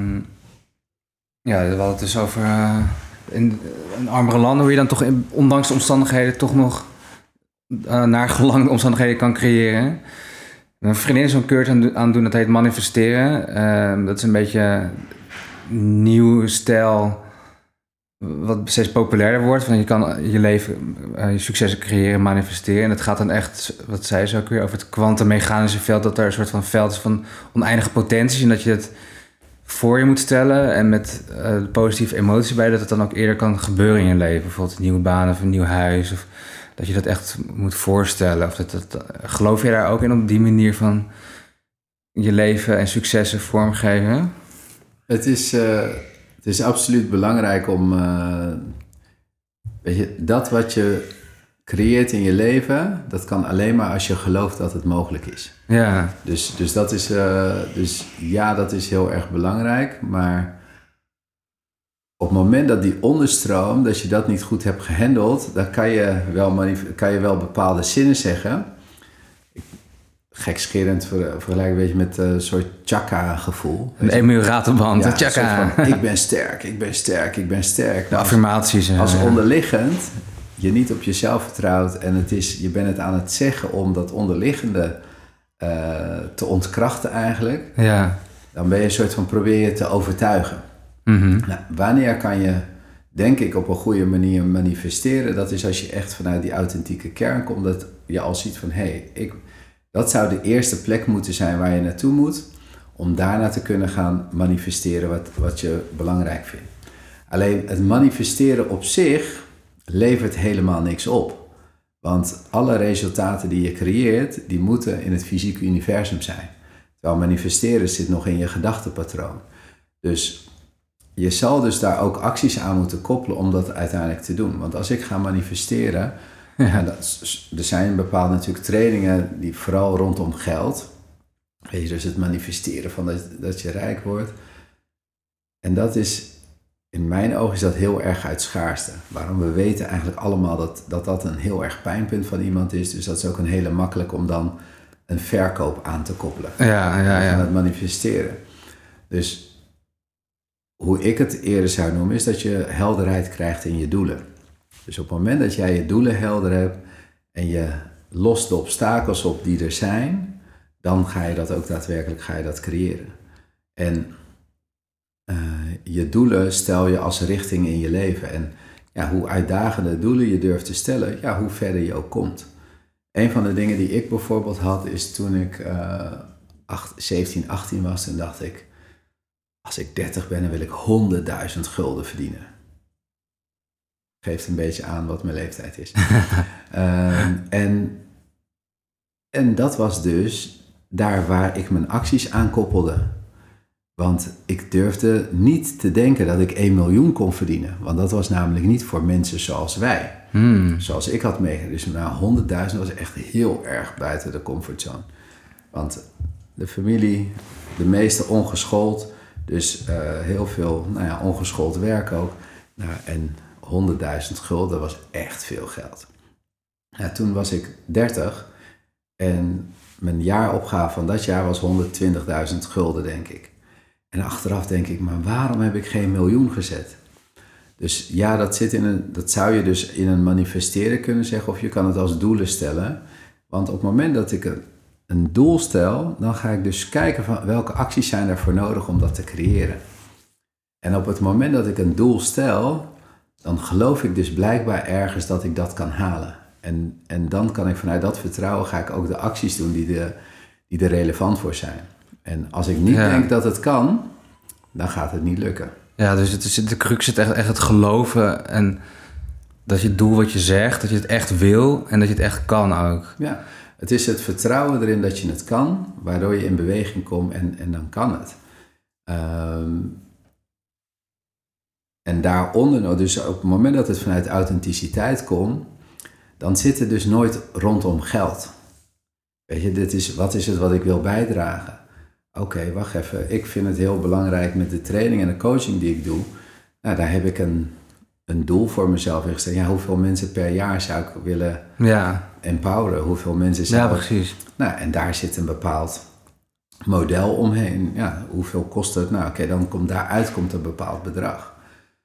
Speaker 1: ja, we hadden het dus over uh, in, in armere landen... hoe je dan toch, in, ondanks de omstandigheden... toch nog uh, naar gelang de omstandigheden kan creëren. Mijn vriendin is zo'n cursus aan, aan doen, dat heet manifesteren. Uh, dat is een beetje nieuw stijl... wat steeds populairder wordt. Van je kan je leven, uh, je successen creëren, manifesteren. En het gaat dan echt, wat zei ze ook weer, over het kwantummechanische veld. Dat er een soort van veld is van oneindige potenties. En dat je het voor je moet stellen. En met uh, positieve emotie bij. Dat het dan ook eerder kan gebeuren in je leven. Bijvoorbeeld een nieuwe baan of een nieuw huis. Of dat je dat echt moet voorstellen. Of dat, dat, geloof je daar ook in op die manier van je leven en successen vormgeven?
Speaker 2: Het is... Uh... Het is absoluut belangrijk om, uh, weet je, dat wat je creëert in je leven, dat kan alleen maar als je gelooft dat het mogelijk is.
Speaker 1: Ja.
Speaker 2: Dus, dus dat is, uh, dus ja, dat is heel erg belangrijk, maar op het moment dat die onderstroom, dat je dat niet goed hebt gehandeld, dan kan je wel, manif- kan je wel bepaalde zinnen zeggen. Gekscherend ver, vergelijk een beetje met een uh, soort chakra-gevoel.
Speaker 1: Een emulatenband,
Speaker 2: ja,
Speaker 1: chakra.
Speaker 2: Van, ik ben sterk, ik ben sterk, ik ben sterk.
Speaker 1: De affirmaties.
Speaker 2: Als, als onderliggend je niet op jezelf vertrouwt... en het is, je bent het aan het zeggen om dat onderliggende uh, te ontkrachten eigenlijk...
Speaker 1: Ja.
Speaker 2: Dan ben je een soort van probeer je te overtuigen.
Speaker 1: Mm-hmm.
Speaker 2: Nou, wanneer kan je, denk ik, op een goede manier manifesteren? Dat is als je echt vanuit die authentieke kern komt... dat je al ziet van, hé, hey, ik... Dat zou de eerste plek moeten zijn waar je naartoe moet... om daarna te kunnen gaan manifesteren wat, wat je belangrijk vindt. Alleen het manifesteren op zich levert helemaal niks op. Want alle resultaten die je creëert, die moeten in het fysieke universum zijn. Terwijl manifesteren zit nog in je gedachtepatroon. Dus je zal dus daar ook acties aan moeten koppelen om dat uiteindelijk te doen. Want als ik ga manifesteren, ja. en dat, er zijn bepaalde natuurlijk trainingen die vooral rondom geld. Weet je, dus het manifesteren van dat, dat je rijk wordt. En dat is, in mijn ogen is dat heel erg uit schaarste. Waarom? We weten eigenlijk allemaal dat, dat dat een heel erg pijnpunt van iemand is. Dus dat is ook een hele makkelijk om dan een verkoop aan te koppelen.
Speaker 1: Ja, ja, ja.
Speaker 2: Van het manifesteren. Dus hoe ik het eerder zou noemen, is dat je helderheid krijgt in je doelen. Dus op het moment dat jij je doelen helder hebt en je lost de obstakels op die er zijn, dan ga je dat ook daadwerkelijk ga je dat creëren. En uh, je doelen stel je als richting in je leven. En ja, hoe uitdagende doelen je durft te stellen, ja, hoe verder je ook komt. Een van de dingen die ik bijvoorbeeld had, is toen ik uh, acht, zeventien, achttien was, toen dacht ik, als ik dertig ben, dan wil ik honderdduizend gulden verdienen. Geeft een beetje aan wat mijn leeftijd is. uh, en, en dat was dus daar waar ik mijn acties aan koppelde. Want ik durfde niet te denken dat ik één miljoen kon verdienen. Want dat was namelijk niet voor mensen zoals wij. Hmm. Zoals ik had meegemaakt. Dus nou, honderdduizend was echt heel erg buiten de comfortzone. Want de familie, de meeste ongeschoold. Dus uh, heel veel nou ja, ongeschoold werk ook. Nou, en honderdduizend gulden was echt veel geld. Ja, toen was ik dertig. En mijn jaaropgave van dat jaar was honderdtwintigduizend gulden, denk ik. En achteraf denk ik, maar waarom heb ik geen miljoen gezet? Dus ja, dat, zit in een, dat zou je dus in een manifesteren kunnen zeggen, of je kan het als doelen stellen. Want op het moment dat ik een, een doel stel, dan ga ik dus kijken van welke acties zijn ervoor nodig om dat te creëren. En op het moment dat ik een doel stel, dan geloof ik dus blijkbaar ergens dat ik dat kan halen. En, en dan kan ik vanuit dat vertrouwen ga ik ook de acties doen die, de, die er relevant voor zijn. En als ik niet ja. denk dat het kan, dan gaat het niet lukken.
Speaker 1: Ja, dus het is, de crux zit echt, echt het geloven en dat je het doel wat je zegt, dat je het echt wil en dat je het echt kan ook.
Speaker 2: Ja, het is het vertrouwen erin dat je het kan, waardoor je in beweging komt en, en dan kan het. Um, en daaronder, dus op het moment dat het vanuit authenticiteit komt, dan zit het dus nooit rondom geld. Weet je, dit is, wat is het wat ik wil bijdragen? Oké, okay, wacht even. Ik vind het heel belangrijk met de training en de coaching die ik doe. Nou, daar heb ik een, een doel voor mezelf ingesteld. Ja, hoeveel mensen per jaar zou ik willen ja. empoweren? Hoeveel mensen zou
Speaker 1: Ja,
Speaker 2: ik...
Speaker 1: precies.
Speaker 2: Nou, en daar zit een bepaald model omheen. Ja, hoeveel kost het? Nou, oké, okay, dan komt daaruit komt een bepaald bedrag.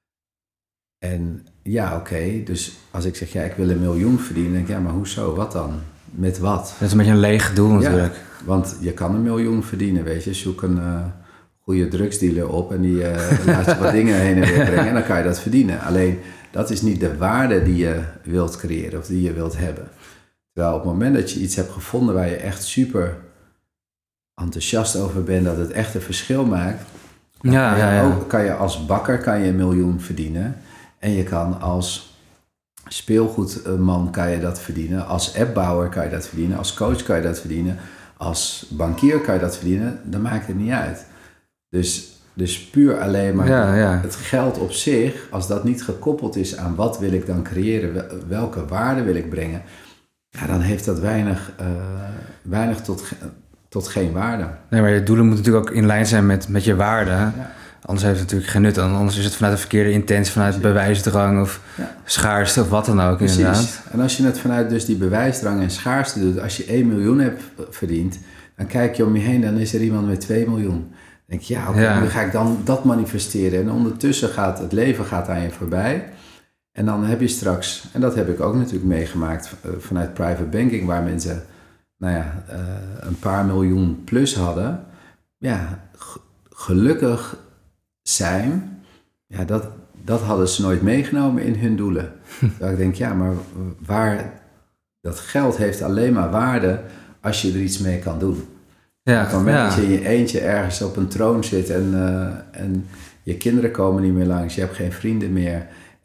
Speaker 2: En ja, oké, okay, dus als ik zeg, ja, ik wil een miljoen verdienen, denk ik, ja, maar hoezo? Wat dan? Met wat?
Speaker 1: Dat is een beetje een leeg doel natuurlijk.
Speaker 2: Ja, want je kan een miljoen verdienen, weet je. Zoek een uh, goede drugsdealer op en die uh, laat je wat dingen heen en weer brengen en dan kan je dat verdienen. Alleen, dat is niet de waarde die je wilt creëren of die je wilt hebben. Terwijl op het moment dat je iets hebt gevonden waar je echt super enthousiast over bent, dat het echt een verschil maakt, dan ja, kan, je ja, ja. Ook, kan je als bakker kan je een miljoen verdienen en je kan als speelgoedman kan je dat verdienen, als appbouwer kan je dat verdienen, als coach kan je dat verdienen, als bankier kan je dat verdienen, dan maakt het niet uit. Dus, dus puur alleen maar ja, ja. het geld op zich, als dat niet gekoppeld is aan wat wil ik dan creëren, welke waarde wil ik brengen, ja, dan heeft dat weinig, uh, weinig tot, tot geen waarde.
Speaker 1: Nee, maar je doelen moeten natuurlijk ook in lijn zijn met, met je waarde. Ja. Anders heeft het natuurlijk geen nut. Anders is het vanuit de verkeerde intentie, vanuit bewijsdrang of ja. schaarste of wat dan ook.
Speaker 2: Precies.
Speaker 1: Inderdaad.
Speaker 2: En als je het vanuit dus die bewijsdrang en schaarste doet, als je één miljoen hebt verdiend, dan kijk je om je heen, dan is er iemand met twee miljoen. Dan denk je, ja, oké, okay, ja. dan ga ik dan dat manifesteren. En ondertussen gaat het leven gaat aan je voorbij. En dan heb je straks, en dat heb ik ook natuurlijk meegemaakt vanuit private banking, waar mensen, nou ja, uh, een paar miljoen plus hadden. Ja, g- gelukkig zijn, ja, dat, dat hadden ze nooit meegenomen in hun doelen. Dat ik denk, ja, maar waar, dat geld heeft alleen maar waarde als je er iets mee kan doen. Ja, op het moment ja. dat je in je eentje ergens op een troon zit en, uh, en je kinderen komen niet meer langs, je hebt geen vrienden meer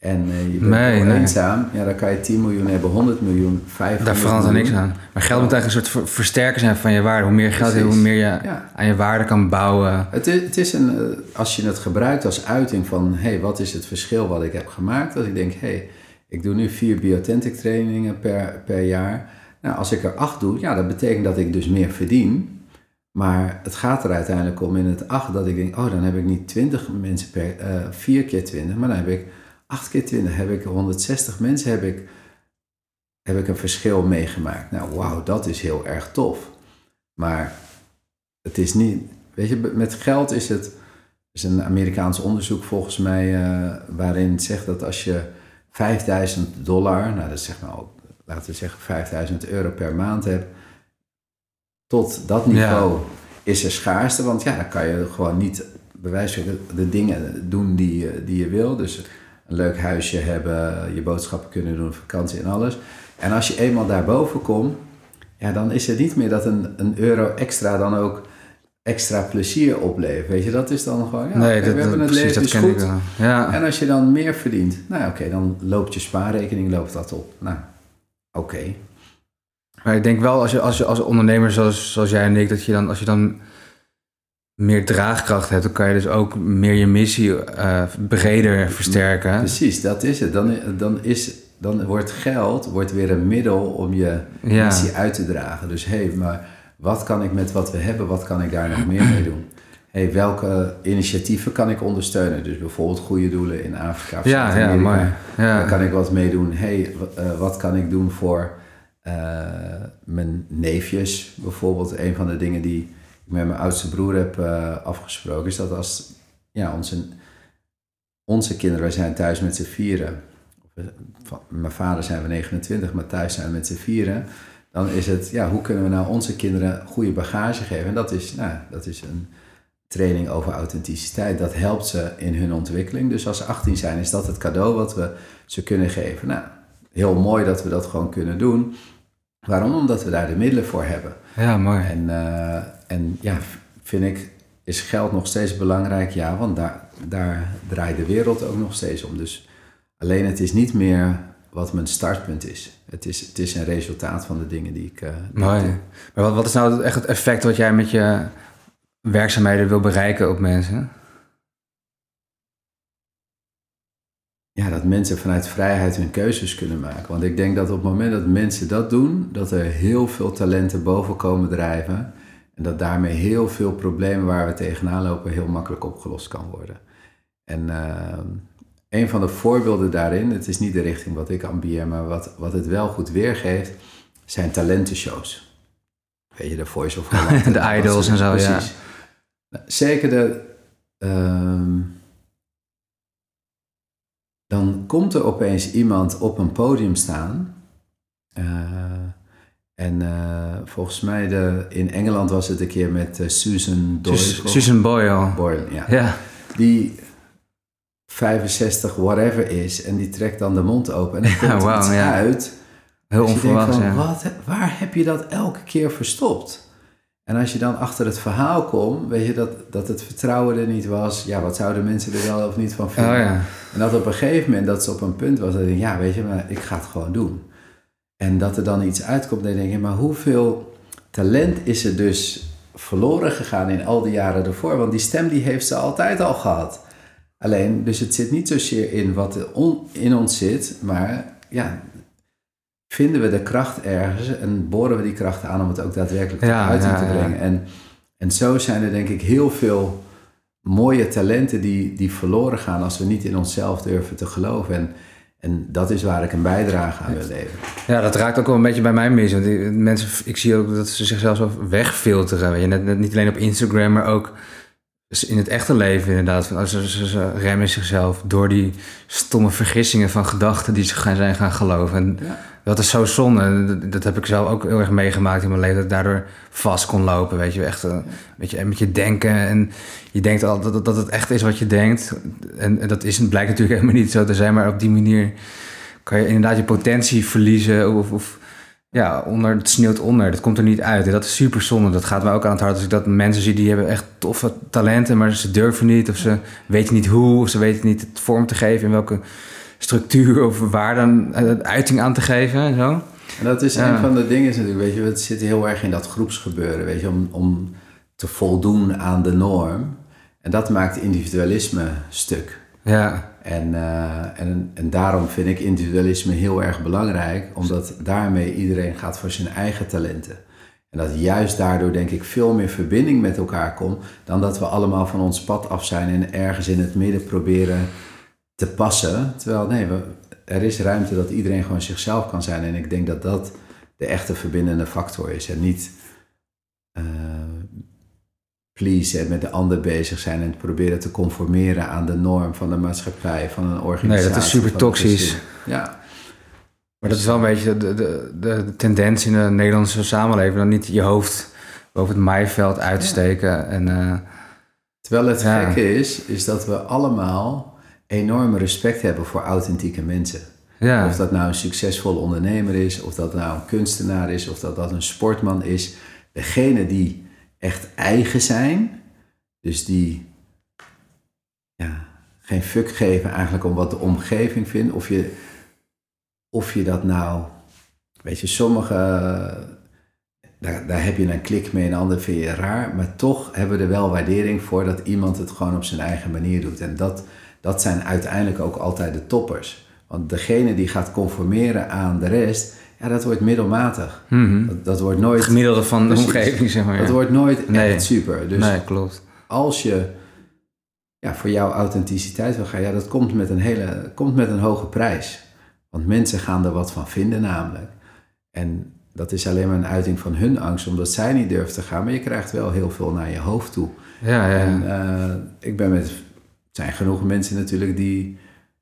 Speaker 2: En uh, je bent
Speaker 1: nee, nee.
Speaker 2: eenzaam, ja, dan kan je tien miljoen hebben, honderd miljoen, vijfhonderd
Speaker 1: Daar verandert er niks aan. Maar geld moet eigenlijk een soort versterker zijn van je waarde. Hoe meer geld je hebt, hoe meer je ja. aan je waarde kan bouwen.
Speaker 2: Het is, het is een, als je het gebruikt als uiting van, hé, hey, wat is het verschil wat ik heb gemaakt? Als ik denk, hé, hey, ik doe nu vier Biotentic trainingen per, per jaar. Nou, als ik er acht doe, ja, dat betekent dat ik dus meer verdien. Maar het gaat er uiteindelijk om in het acht dat ik denk, oh, dan heb ik niet twintig mensen per, uh, vier keer twintig, maar dan heb ik acht keer twintig, heb ik honderdzestig mensen, heb ik, heb ik een verschil meegemaakt. Nou, wauw, dat is heel erg tof. Maar het is niet, weet je, met geld is het, is een Amerikaans onderzoek volgens mij, uh, waarin het zegt dat als je vijfduizend dollar, nou dat is zeg maar ook, laten we zeggen vijfduizend euro per maand hebt, tot dat niveau ja. is er schaarste, want ja, dan kan je gewoon niet bij wijze van de, de dingen doen die, die je wil. Dus een leuk huisje hebben, je boodschappen kunnen doen, vakantie en alles. En als je eenmaal daarboven komt, ja, dan is het niet meer dat een, een euro extra dan ook extra plezier oplevert. Weet je, dat is dan gewoon, ja,
Speaker 1: nee,
Speaker 2: okay,
Speaker 1: dat,
Speaker 2: we hebben
Speaker 1: dat,
Speaker 2: het
Speaker 1: precies,
Speaker 2: leven
Speaker 1: dat
Speaker 2: is
Speaker 1: ken
Speaker 2: goed.
Speaker 1: Ik wel. Ja.
Speaker 2: En als je dan meer verdient, nou oké, okay, dan loopt je spaarrekening loopt dat op. Nou, oké. Okay.
Speaker 1: Maar ik denk wel, als je als, je, als ondernemer zoals, zoals jij en ik, dat je dan, als je dan meer draagkracht hebt, dan kan je dus ook meer je missie uh, breder versterken.
Speaker 2: Precies, dat is het. Dan, dan, is, dan wordt geld wordt weer een middel om je
Speaker 1: ja.
Speaker 2: missie uit te dragen. Dus hé, hey, maar wat kan ik met wat we hebben, wat kan ik daar nog meer mee doen? Hey, welke initiatieven kan ik ondersteunen? Dus bijvoorbeeld goede doelen in Afrika of
Speaker 1: ja, ja, mooi. Ja.
Speaker 2: Daar kan ik wat mee doen. Hey, uh, wat kan ik doen voor uh, mijn neefjes? Bijvoorbeeld een van de dingen die ik met mijn oudste broer heb uh, afgesproken, is dat als ja, onze, onze kinderen, wij zijn thuis met z'n vieren. Van mijn vader zijn we negenentwintig, maar thuis zijn we met z'n vieren. Dan is het, ja, hoe kunnen we nou onze kinderen goede bagage geven? En dat is, nou, dat is een training over authenticiteit. Dat helpt ze in hun ontwikkeling. Dus als ze achttien zijn, is dat het cadeau wat we ze kunnen geven. Nou, heel mooi dat we dat gewoon kunnen doen. Waarom? Omdat we daar de middelen voor hebben.
Speaker 1: Ja, mooi.
Speaker 2: En, uh, en ja, vind ik, is geld nog steeds belangrijk? Ja, want daar, daar draait de wereld ook nog steeds om. Dus alleen het is niet meer wat mijn startpunt is. Het is, het is een resultaat van de dingen die ik uh,
Speaker 1: mooi. Doe. Maar wat, wat is nou echt het effect wat jij met je werkzaamheden wil bereiken op mensen?
Speaker 2: Ja, dat mensen vanuit vrijheid hun keuzes kunnen maken. Want ik denk dat op het moment dat mensen dat doen, dat er heel veel talenten boven komen drijven. En dat daarmee heel veel problemen waar we tegenaan lopen heel makkelijk opgelost kan worden. En uh, een van de voorbeelden daarin, het is niet de richting wat ik ambieer, maar wat, wat het wel goed weergeeft, zijn talentenshows. Weet je, de Voice of Holland.
Speaker 1: De Idols en zo,
Speaker 2: precies. Ja. Zeker de... Uh, dan komt er opeens iemand op een podium staan. Uh, en uh, volgens mij de, in Engeland was het een keer met uh, Susan Doyle.
Speaker 1: Sus, Susan Boyle.
Speaker 2: Boyle, ja.
Speaker 1: ja.
Speaker 2: Die vijfenzestig whatever is en die trekt dan de mond open. En dan
Speaker 1: ja,
Speaker 2: komt
Speaker 1: wow,
Speaker 2: iets
Speaker 1: ja.
Speaker 2: uit.
Speaker 1: Heel onverwachts,
Speaker 2: van,
Speaker 1: ja.
Speaker 2: Wat, waar heb je dat elke keer verstopt? En als je dan achter het verhaal komt, weet je dat, dat het vertrouwen er niet was. Ja, wat zouden mensen er wel of niet van vinden?
Speaker 1: Oh, ja.
Speaker 2: En dat op een gegeven moment dat ze op een punt was, dat ik denk, ja, weet je, maar ik ga het gewoon doen. En dat er dan iets uitkomt, dan denk je, maar hoeveel talent is er dus verloren gegaan in al die jaren ervoor? Want die stem die heeft ze altijd al gehad. Alleen, dus het zit niet zozeer in wat er on, in ons zit, maar ja, vinden we de kracht ergens en boren we die kracht aan om het ook daadwerkelijk
Speaker 1: ja,
Speaker 2: tot uiting
Speaker 1: ja,
Speaker 2: te brengen.
Speaker 1: Ja.
Speaker 2: En, en zo zijn er denk ik heel veel mooie talenten die, die verloren gaan als we niet in onszelf durven te geloven. En, en dat is waar ik een bijdrage aan wil leveren.
Speaker 1: Ja, dat raakt ook wel een beetje bij mij mis. Want die, mensen, ik zie ook dat ze zichzelf zo wegfilteren. Weet je? Net, net niet alleen op Instagram, maar ook in het echte leven inderdaad. Van, ze, ze, ze remmen zichzelf door die stomme vergissingen van gedachten die ze gaan zijn gaan geloven. En ja. Dat is zo zonde. Dat, dat heb ik zelf ook heel erg meegemaakt in mijn leven. Dat ik daardoor vast kon lopen. Weet je, echt een beetje met je denken. En je denkt al dat, dat het echt is wat je denkt. En, en dat is, blijkt natuurlijk helemaal niet zo te zijn. Maar op die manier kan je inderdaad je potentie verliezen. Of, of ja, onder, het sneeuwt onder. Dat komt er niet uit. En dat is super zonde. Dat gaat mij ook aan het hart. Als ik dat mensen zie die hebben echt toffe talenten. Maar ze durven niet. Of ze weten niet hoe. Of ze weten niet het vorm te geven in welke structuur of waarden uh, uiting aan te geven en zo.
Speaker 2: En dat is
Speaker 1: Ja.
Speaker 2: een van de dingen natuurlijk, weet je, het zit heel erg in dat groepsgebeuren, weet je, om, om te voldoen aan de norm. En dat maakt individualisme stuk.
Speaker 1: Ja.
Speaker 2: En, uh, en, en daarom vind ik individualisme heel erg belangrijk, omdat daarmee iedereen gaat voor zijn eigen talenten. En dat juist daardoor, denk ik, veel meer verbinding met elkaar komt, dan dat we allemaal van ons pad af zijn en ergens in het midden proberen te passen. Terwijl, nee, we, er is ruimte dat iedereen gewoon zichzelf kan zijn. En ik denk dat dat de echte verbindende factor is. En niet uh, please en met de ander bezig zijn en proberen te conformeren aan de norm van de maatschappij, van een organisatie.
Speaker 1: Nee, dat is super toxisch.
Speaker 2: Ja.
Speaker 1: Maar dat is wel een beetje de, de, de, de tendens in de Nederlandse samenleving, dan niet je hoofd boven het maaiveld uit te steken. Ja. En, uh,
Speaker 2: Terwijl het
Speaker 1: ja.
Speaker 2: gekke is, is dat we allemaal enorm respect hebben voor authentieke mensen.
Speaker 1: Ja.
Speaker 2: Of dat nou een succesvol ondernemer is, of dat nou een kunstenaar is, of dat dat een sportman is. Degene die echt eigen zijn, dus die ja, geen fuck geven eigenlijk om wat de omgeving vindt. Of je, of je dat nou, weet je, sommige, daar, daar heb je een klik mee en ander vind je raar. Maar toch hebben we er wel waardering voor dat iemand het gewoon op zijn eigen manier doet. En dat, dat zijn uiteindelijk ook altijd de toppers. Want degene die gaat conformeren aan de rest, ja, dat wordt middelmatig.
Speaker 1: Mm-hmm.
Speaker 2: Dat, dat wordt nooit...
Speaker 1: Het gemiddelde van de
Speaker 2: precies,
Speaker 1: omgeving, zeg maar. Ja.
Speaker 2: Dat wordt nooit
Speaker 1: nee.
Speaker 2: echt super. Dus
Speaker 1: nee, klopt.
Speaker 2: als je ja, voor jouw authenticiteit wil gaan, ja, dat komt met een hele, komt met een hoge prijs. Want mensen gaan er wat van vinden namelijk. En dat is alleen maar een uiting van hun angst, omdat zij niet durven te gaan. Maar je krijgt wel heel veel naar je hoofd toe.
Speaker 1: Ja, ja.
Speaker 2: En uh, ik ben met... Er zijn genoeg mensen natuurlijk die...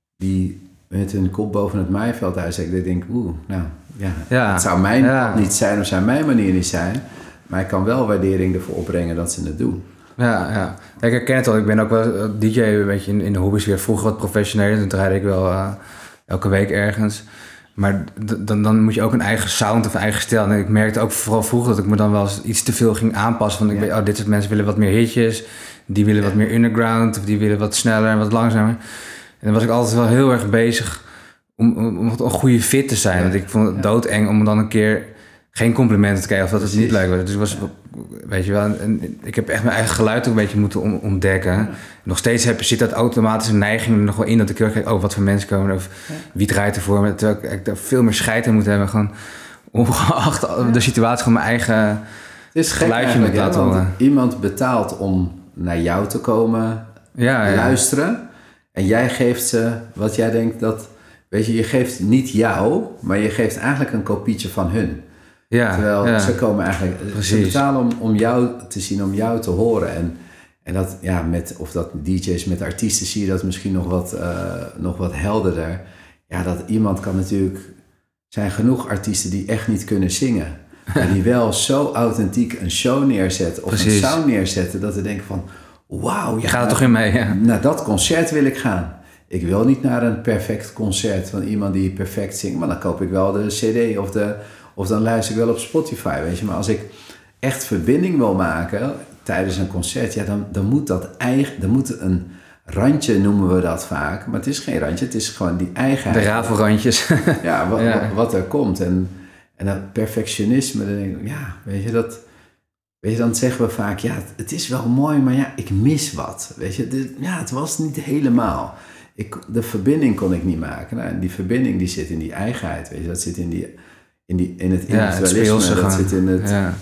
Speaker 2: die met hun kop boven het maaiveld uitsteken. Ik denk, oeh, nou, ja,
Speaker 1: ja.
Speaker 2: het zou mijn
Speaker 1: ja.
Speaker 2: niet zijn of zou mijn manier niet zijn. Maar ik kan wel waardering ervoor opbrengen dat ze het doen.
Speaker 1: Ja, ja. Ik herken het al. Ik ben ook wel D J een beetje in, in de hobby's weer. Vroeger wat professioneler. Dan draaide ik wel uh, elke week ergens. Maar d- dan, dan moet je ook een eigen sound of een eigen stijl. En ik merkte ook vooral vroeger dat ik me dan wel eens iets te veel ging aanpassen. Want ik ja. weet, oh, dit soort mensen willen wat meer hitjes. Die willen ja. wat meer underground. Of die willen wat sneller en wat langzamer. En dan was ik altijd wel heel erg bezig om, om, om een goede fit te zijn. Ja. Want ik vond het ja. doodeng om dan een keer geen complimenten te krijgen of dat het niet leuk was. Dus was, weet je wel, en ik heb echt mijn eigen geluid ook een beetje moeten om, ontdekken. Ja. Nog steeds heb, zit dat automatische neiging er nog wel in dat ik heel erg kijk, oh, wat voor mensen komen er of ja. wie draait er voor me. Terwijl ik daar veel meer scheid in moet hebben. Gewoon ongeacht ja. de situatie gewoon mijn eigen het is geluidje moet laten horen.
Speaker 2: Iemand betaalt om naar jou te komen ja, ja. luisteren. En jij geeft ze wat jij denkt dat... Weet je, je geeft niet jou, maar je geeft eigenlijk een kopietje van hun.
Speaker 1: Ja,
Speaker 2: Terwijl
Speaker 1: ja.
Speaker 2: ze komen eigenlijk... Precies. Ze betalen om, om jou te zien, om jou te horen. En, en dat, ja, met... Of dat D J's met artiesten zie je dat misschien nog wat, uh, nog wat helderder. Ja, dat iemand kan natuurlijk... Er zijn genoeg artiesten die echt niet kunnen zingen. Maar die wel zo authentiek een show neerzetten of Precies. een sound neerzetten... dat we denken van... Wauw,
Speaker 1: je ja, gaat er toch in mee, ja.
Speaker 2: Naar dat concert wil ik gaan. Ik wil niet naar een perfect concert van iemand die perfect zingt, maar dan koop ik wel de cd of, de, of dan luister ik wel op Spotify, weet je. Maar als ik echt verbinding wil maken tijdens een concert, ja, dan, dan moet dat eigen, dan moet een randje noemen we dat vaak, maar het is geen randje, het is gewoon die eigenheid.
Speaker 1: De rafelrandjes.
Speaker 2: Ja, wat, ja. Wat, wat er komt. En, en dat perfectionisme, dan denk ik, ja, weet je, dat... Weet je, dan zeggen we vaak, ja, het is wel mooi, maar ja, ik mis wat. Weet je, dit, ja, het was niet helemaal. Ik, de verbinding kon ik niet maken. Nou, en die verbinding die zit in die eigenheid, weet je. Dat zit in, die, in, die, in het individualisme. Ja, dat zit in het... Ja.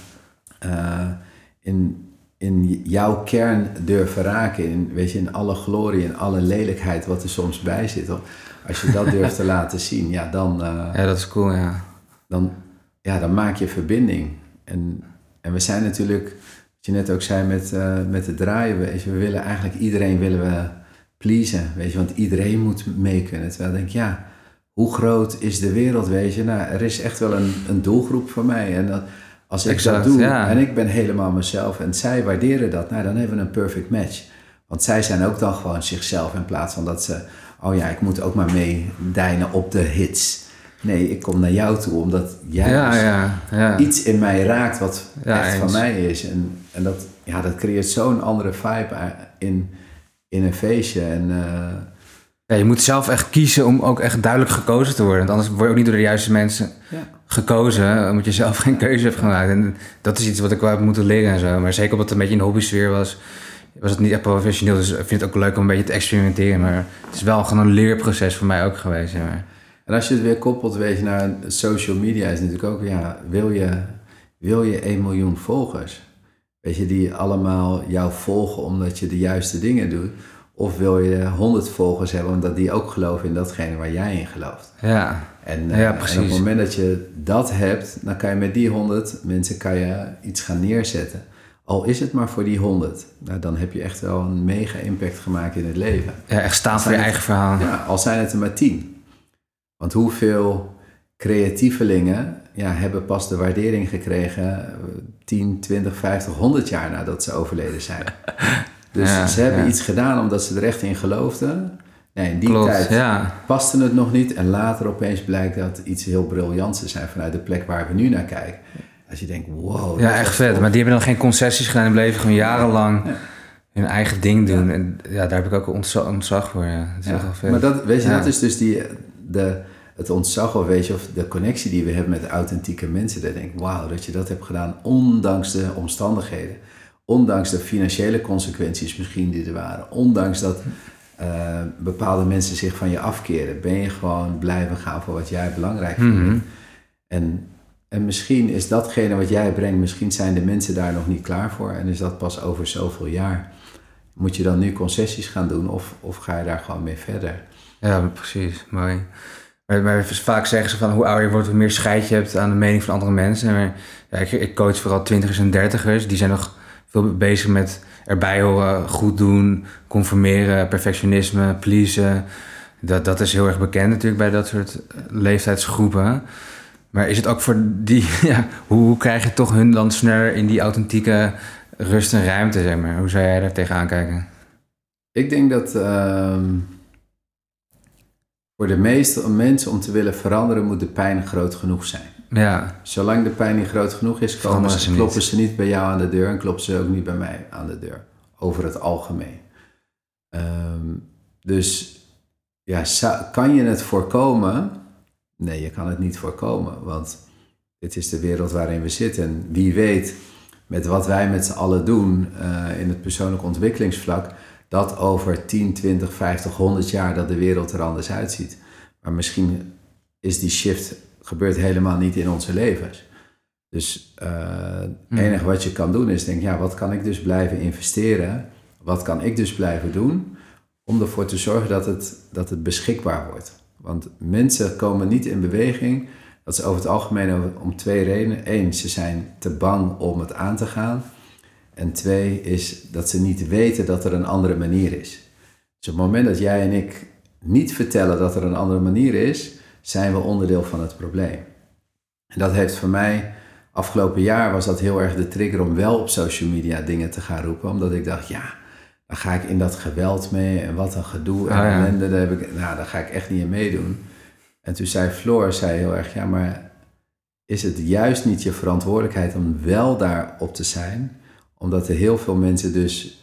Speaker 2: Uh, in, in jouw kern durven raken. In, weet je, in alle glorie en alle lelijkheid wat er soms bij zit. Als je dat durft te laten zien, ja, dan... Uh,
Speaker 1: ja, dat is cool, ja.
Speaker 2: Dan, ja, dan maak je verbinding. En... En we zijn natuurlijk, wat je net ook zei met, uh, met het draaien, weet je, we willen eigenlijk iedereen willen we pleasen, weet je, want iedereen moet mee kunnen. Terwijl ik denk, ja, hoe groot is de wereld, weet je? Nou, er is echt wel een, een doelgroep voor mij. En dat, als ik exact, dat doe ja. en ik ben helemaal mezelf en zij waarderen dat, nou, dan hebben we een perfect match. Want zij zijn ook dan gewoon zichzelf in plaats van dat ze, oh ja, ik moet ook maar meedijnen op de hits. Nee, ik kom naar jou toe omdat jij
Speaker 1: ja, ja, ja.
Speaker 2: iets in mij raakt wat ja, echt
Speaker 1: eens.
Speaker 2: van mij is. En, en dat, ja, dat creëert zo'n andere vibe in, in een feestje. En uh,
Speaker 1: Ja, je moet zelf echt kiezen om ook echt duidelijk gekozen te worden. Want anders word je ook niet door de juiste mensen ja. gekozen. Omdat je zelf geen keuze hebt gemaakt. En dat is iets wat ik wel heb moeten leren en zo. Maar zeker omdat het een beetje een hobbysfeer was, was het niet echt professioneel. Dus ik vind het ook leuk om een beetje te experimenteren. Maar het is wel gewoon een leerproces voor mij ook geweest. Ja.
Speaker 2: En als je het weer koppelt, weet je, naar social media is natuurlijk ook, ja, wil je, wil je één miljoen volgers? Weet je, die allemaal jou volgen omdat je de juiste dingen doet? Of wil je honderd volgers hebben omdat die ook geloven in datgene waar jij in gelooft?
Speaker 1: Ja,
Speaker 2: en,
Speaker 1: ja precies.
Speaker 2: En op het moment dat je dat hebt, dan kan je met die honderd mensen kan je iets gaan neerzetten. Al is het maar voor die honderd. Nou, dan heb je echt wel een mega impact gemaakt in het leven.
Speaker 1: Ja, echt staan voor je eigen verhaal.
Speaker 2: Ja, al zijn het er maar tien. Want hoeveel creatievelingen ja, hebben pas de waardering gekregen tien, twintig, vijftig, honderd jaar nadat ze overleden zijn. Dus ja, ze hebben ja. iets gedaan omdat ze er echt in geloofden. Ja, in die Klopt, tijd ja. paste het nog niet. En later opeens blijkt dat iets heel briljants te zijn vanuit de plek waar we nu naar kijken. Als je denkt, wow.
Speaker 1: Ja, echt vet. Tof. Maar die hebben dan geen concessies gedaan en bleven gewoon jarenlang ja. hun eigen ding doen. Ja. En ja, daar heb ik ook ontzag, ontzag voor. Ja. Dat is
Speaker 2: ja.
Speaker 1: echt wel vet.
Speaker 2: Maar dat, weet je, ja. dat is dus die, de, het ontzag of, weet je, of de connectie die we hebben met authentieke mensen. Dat denk ik, wauw, dat je dat hebt gedaan ondanks de omstandigheden. Ondanks de financiële consequenties misschien die er waren. Ondanks dat uh, bepaalde mensen zich van je afkeren. Ben je gewoon blijven gaan voor wat jij belangrijk vindt. Mm-hmm. En, en misschien is datgene wat jij brengt, misschien zijn de mensen daar nog niet klaar voor. En is dat pas over zoveel jaar. Moet je dan nu concessies gaan doen of, of ga je daar gewoon mee verder?
Speaker 1: Ja, precies. Mooi. Maar, maar vaak zeggen ze van hoe ouder je wordt, hoe meer scheid je hebt aan de mening van andere mensen. Maar, ja, ik, ik coach vooral twintigers en dertigers. Die zijn nog veel bezig met erbij horen, goed doen, conformeren, perfectionisme, pleasen. Dat, dat is heel erg bekend natuurlijk bij dat soort leeftijdsgroepen. Maar is het ook voor die... Ja, hoe, hoe krijg je toch hun dan sneller in die authentieke rust en ruimte, zeg maar? Hoe zou jij daar tegenaan kijken?
Speaker 2: Ik denk dat uh, voor de meeste mensen om te willen veranderen moet de pijn groot genoeg zijn.
Speaker 1: Ja.
Speaker 2: Zolang de pijn niet groot genoeg is, komen ze, kloppen niet. ze niet bij jou aan de deur en kloppen ze ook niet bij mij aan de deur. Over het algemeen. Um, dus ja, kan je het voorkomen? Nee, je kan het niet voorkomen. Want dit is de wereld waarin we zitten. En wie weet, met wat wij met z'n allen doen uh, in het persoonlijk ontwikkelingsvlak, dat over tien, twintig, vijftig, honderd jaar dat de wereld er anders uitziet. Maar misschien is die shift gebeurt helemaal niet in onze levens. Dus uh, het mm. enige wat je kan doen is denken, ja, wat kan ik dus blijven investeren? Wat kan ik dus blijven doen om ervoor te zorgen dat het, dat het beschikbaar wordt? Want mensen komen niet in beweging. Dat is over het algemeen om twee redenen. Eén, ze zijn te bang om het aan te gaan. En twee, is dat ze niet weten dat er een andere manier is. Dus op het moment dat jij en ik niet vertellen dat er een andere manier is, zijn we onderdeel van het probleem. En dat heeft voor mij, afgelopen jaar was dat heel erg de trigger om wel op social media dingen te gaan roepen. Omdat ik dacht, ja, dan ga ik in dat geweld mee en wat een gedoe en oh, ja. ellende. Daar, heb ik, nou, daar ga ik echt niet in meedoen. En toen zei Floor, zei heel erg, ja, maar is het juist niet je verantwoordelijkheid om wel daarop te zijn? Omdat er heel veel mensen dus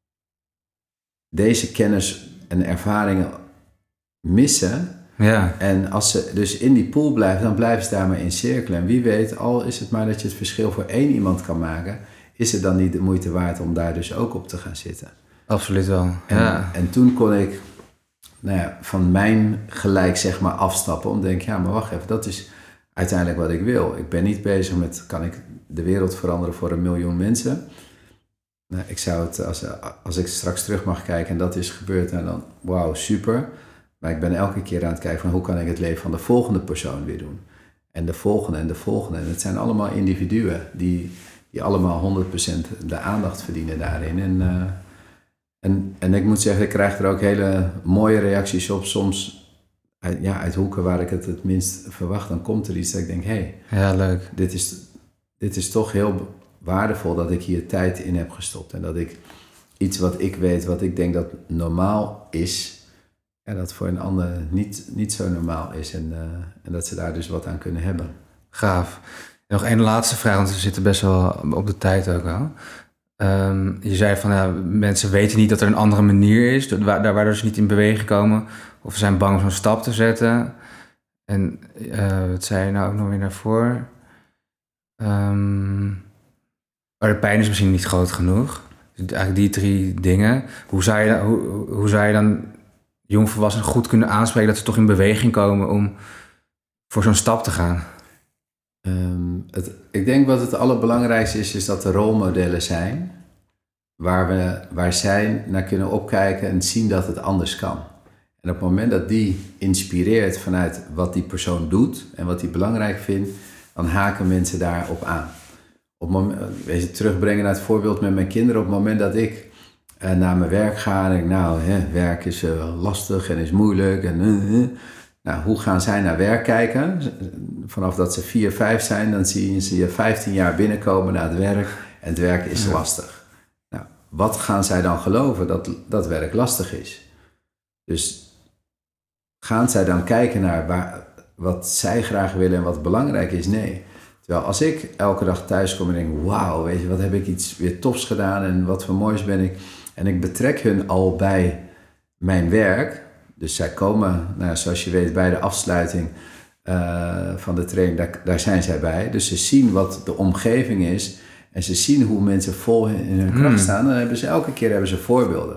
Speaker 2: deze kennis en ervaringen missen.
Speaker 1: Ja.
Speaker 2: En als ze dus in die pool blijven, dan blijven ze daar maar in cirkelen. En wie weet, al is het maar dat je het verschil voor één iemand kan maken, is het dan niet de moeite waard om daar dus ook op te gaan zitten?
Speaker 1: Absoluut wel.
Speaker 2: En,
Speaker 1: ja.
Speaker 2: en toen kon ik nou ja, van mijn gelijk zeg maar afstappen. Om te denken, ja, maar wacht even, dat is uiteindelijk wat ik wil. Ik ben niet bezig met, kan ik de wereld veranderen voor een miljoen mensen? Nou, ik zou het, als, als ik straks terug mag kijken en dat is gebeurd, en dan wauw, super. Maar ik ben elke keer aan het kijken van hoe kan ik het leven van de volgende persoon weer doen. En de volgende en de volgende. En het zijn allemaal individuen die, die allemaal honderd procent de aandacht verdienen daarin. En, uh, en, en ik moet zeggen, ik krijg er ook hele mooie reacties op. Soms uit, ja, uit hoeken waar ik het het minst verwacht. Dan komt er iets dat ik denk, hé, hey,
Speaker 1: ja, leuk.
Speaker 2: Dit is, dit is toch heel waardevol dat ik hier tijd in heb gestopt. En dat ik iets wat ik weet, wat ik denk dat normaal is, en dat voor een ander niet, niet zo normaal is. En, uh, en dat ze daar dus wat aan kunnen hebben.
Speaker 1: Gaaf. Nog één laatste vraag, want we zitten best wel op de tijd ook al. Um, je zei van, ja, mensen weten niet dat er een andere manier is, daar waardoor ze niet in beweging komen. Of ze zijn bang om zo'n stap te zetten. En uh, wat zei je nou ook nog weer daarvoor? Um, oh, de pijn is misschien niet groot genoeg. Dus eigenlijk die drie dingen. Hoe zou je, hoe, hoe zou je dan jongvolwassenen goed kunnen aanspreken dat ze toch in beweging komen om voor zo'n stap te gaan?
Speaker 2: Um, het, ik denk wat het allerbelangrijkste is, is dat er rolmodellen zijn waar, we, waar zij naar kunnen opkijken en zien dat het anders kan. En op het moment dat die inspireert vanuit wat die persoon doet en wat hij belangrijk vindt, dan haken mensen daarop aan. Op het moment, weet je, terugbrengen naar het voorbeeld met mijn kinderen. Op het moment dat ik uh, naar mijn werk ga en denk, nou, hè, werk is uh, lastig en is moeilijk. En, uh, uh. Nou, hoe gaan zij naar werk kijken? Vanaf dat ze vier, vijf zijn, dan zie je ze vijftien jaar binnenkomen naar het werk en het werk is lastig. Nou, wat gaan zij dan geloven? Dat dat werk lastig is. Dus gaan zij dan kijken naar waar, wat zij graag willen en wat belangrijk is? Nee. Terwijl als ik elke dag thuis kom en denk, wauw, weet je, wat heb ik iets weer tofs gedaan en wat voor moois ben ik. En ik betrek hun al bij mijn werk. Dus zij komen, nou, zoals je weet, bij de afsluiting uh, van de training, daar, daar zijn zij bij. Dus ze zien wat de omgeving is en ze zien hoe mensen vol in hun kracht staan. Dan hebben ze elke keer hebben ze voorbeelden.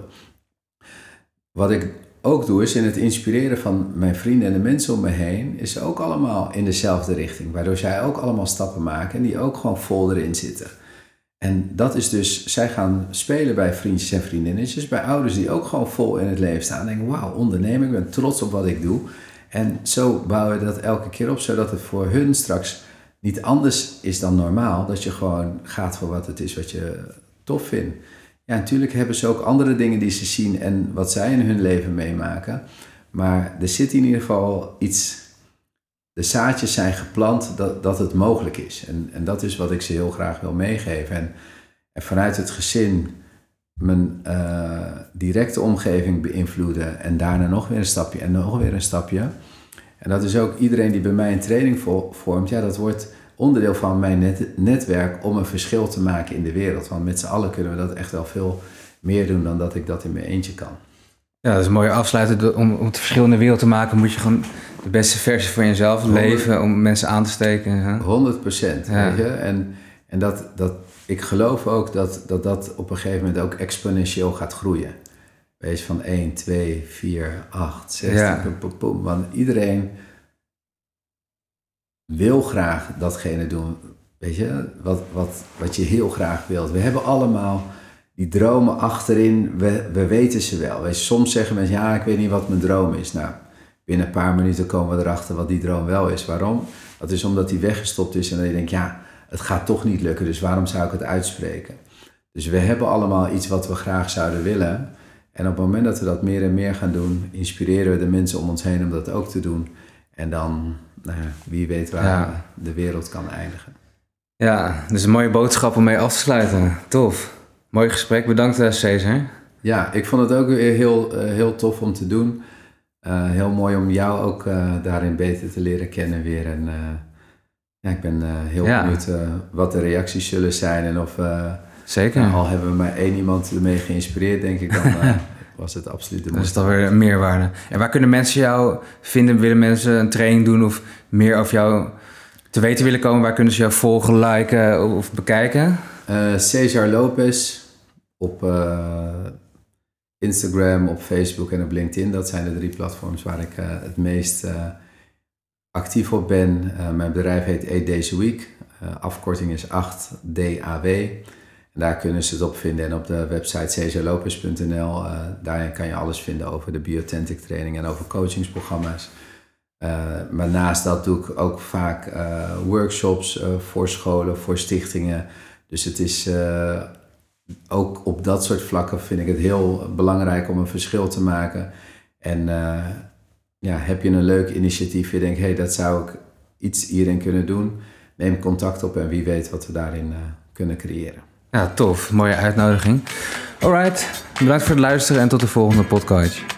Speaker 2: Wat ik ook doe is in het inspireren van mijn vrienden en de mensen om me heen, is ze ook allemaal in dezelfde richting. Waardoor zij ook allemaal stappen maken en die ook gewoon vol erin zitten. En dat is dus, zij gaan spelen bij vriendjes en vriendinnetjes, bij ouders die ook gewoon vol in het leven staan. En denken, wauw, ondernemer, ik ben trots op wat ik doe. En zo bouwen we dat elke keer op, zodat het voor hun straks niet anders is dan normaal. Dat je gewoon gaat voor wat het is wat je tof vindt. Ja, natuurlijk hebben ze ook andere dingen die ze zien en wat zij in hun leven meemaken. Maar er zit in ieder geval iets, de zaadjes zijn geplant dat, dat het mogelijk is. En, en dat is wat ik ze heel graag wil meegeven. En, en vanuit het gezin mijn uh, directe omgeving beïnvloeden en daarna nog weer een stapje en nog weer een stapje. En dat is ook iedereen die bij mij een training vormt, ja, dat wordt onderdeel van mijn net, netwerk om een verschil te maken in de wereld. Want met z'n allen kunnen we dat echt wel veel meer doen dan dat ik dat in mijn eentje kan.
Speaker 1: Ja, dat is een mooie afsluiter. Om, om het verschil in de wereld te maken moet je gewoon de beste versie van jezelf leven om mensen aan te steken. Hè?
Speaker 2: honderd procent. Ja. Weet je? En, en dat, dat, ik geloof ook dat, dat dat op een gegeven moment ook exponentieel gaat groeien. Wees van één, twee, vier, acht, zestien, ja. pom, pom, want iedereen wil graag datgene doen, weet je, wat, wat, wat je heel graag wilt. We hebben allemaal die dromen achterin, we, we weten ze wel. Weet je, soms zeggen mensen, ja, ik weet niet wat mijn droom is. Nou, binnen een paar minuten komen we erachter wat die droom wel is. Waarom? Dat is omdat die weggestopt is en dan je denkt, ja, het gaat toch niet lukken, dus waarom zou ik het uitspreken? Dus we hebben allemaal iets wat we graag zouden willen. En op het moment dat we dat meer en meer gaan doen, inspireren we de mensen om ons heen om dat ook te doen. En dan, nou ja, wie weet waar ja. de wereld kan eindigen.
Speaker 1: Ja, dus een mooie boodschap om mee af te sluiten. Tof. Mooi gesprek. Bedankt, Cesar.
Speaker 2: Ja, ik vond het ook weer heel, uh, heel tof om te doen. Uh, heel mooi om jou ook uh, daarin beter te leren kennen weer. En uh, ja, ik ben uh, heel ja. benieuwd uh, wat de reacties zullen zijn. En of, uh,
Speaker 1: Zeker.
Speaker 2: Nou, al hebben we maar één iemand ermee geïnspireerd, denk ik, dan uh, was het absoluut de moeite.
Speaker 1: Dat is dan weer een meerwaarde. En waar kunnen mensen jou vinden? Willen mensen een training doen of meer over jou te weten willen komen? Waar kunnen ze jou volgen, liken of bekijken?
Speaker 2: Uh, Cesar Lopez op uh, Instagram, op Facebook en op LinkedIn. Dat zijn de drie platforms waar ik uh, het meest uh, actief op ben. Uh, mijn bedrijf heet Eight Days a Week. Uh, afkorting is acht D A W. En daar kunnen ze het op vinden. En op de website cesar lopez punt n l. Uh, daarin kan je alles vinden over de Biotentic training en over coachingsprogramma's. Uh, maar naast dat doe ik ook vaak uh, workshops uh, voor scholen, voor stichtingen. Dus het is uh, ook op dat soort vlakken vind ik het heel belangrijk om een verschil te maken. En uh, ja, heb je een leuk initiatief, je denkt, hé, hey, dat zou ik iets hierin kunnen doen. Neem contact op en wie weet wat we daarin uh, kunnen creëren.
Speaker 1: Ja, tof. Mooie uitnodiging. Alright, bedankt voor het luisteren en tot de volgende podcast.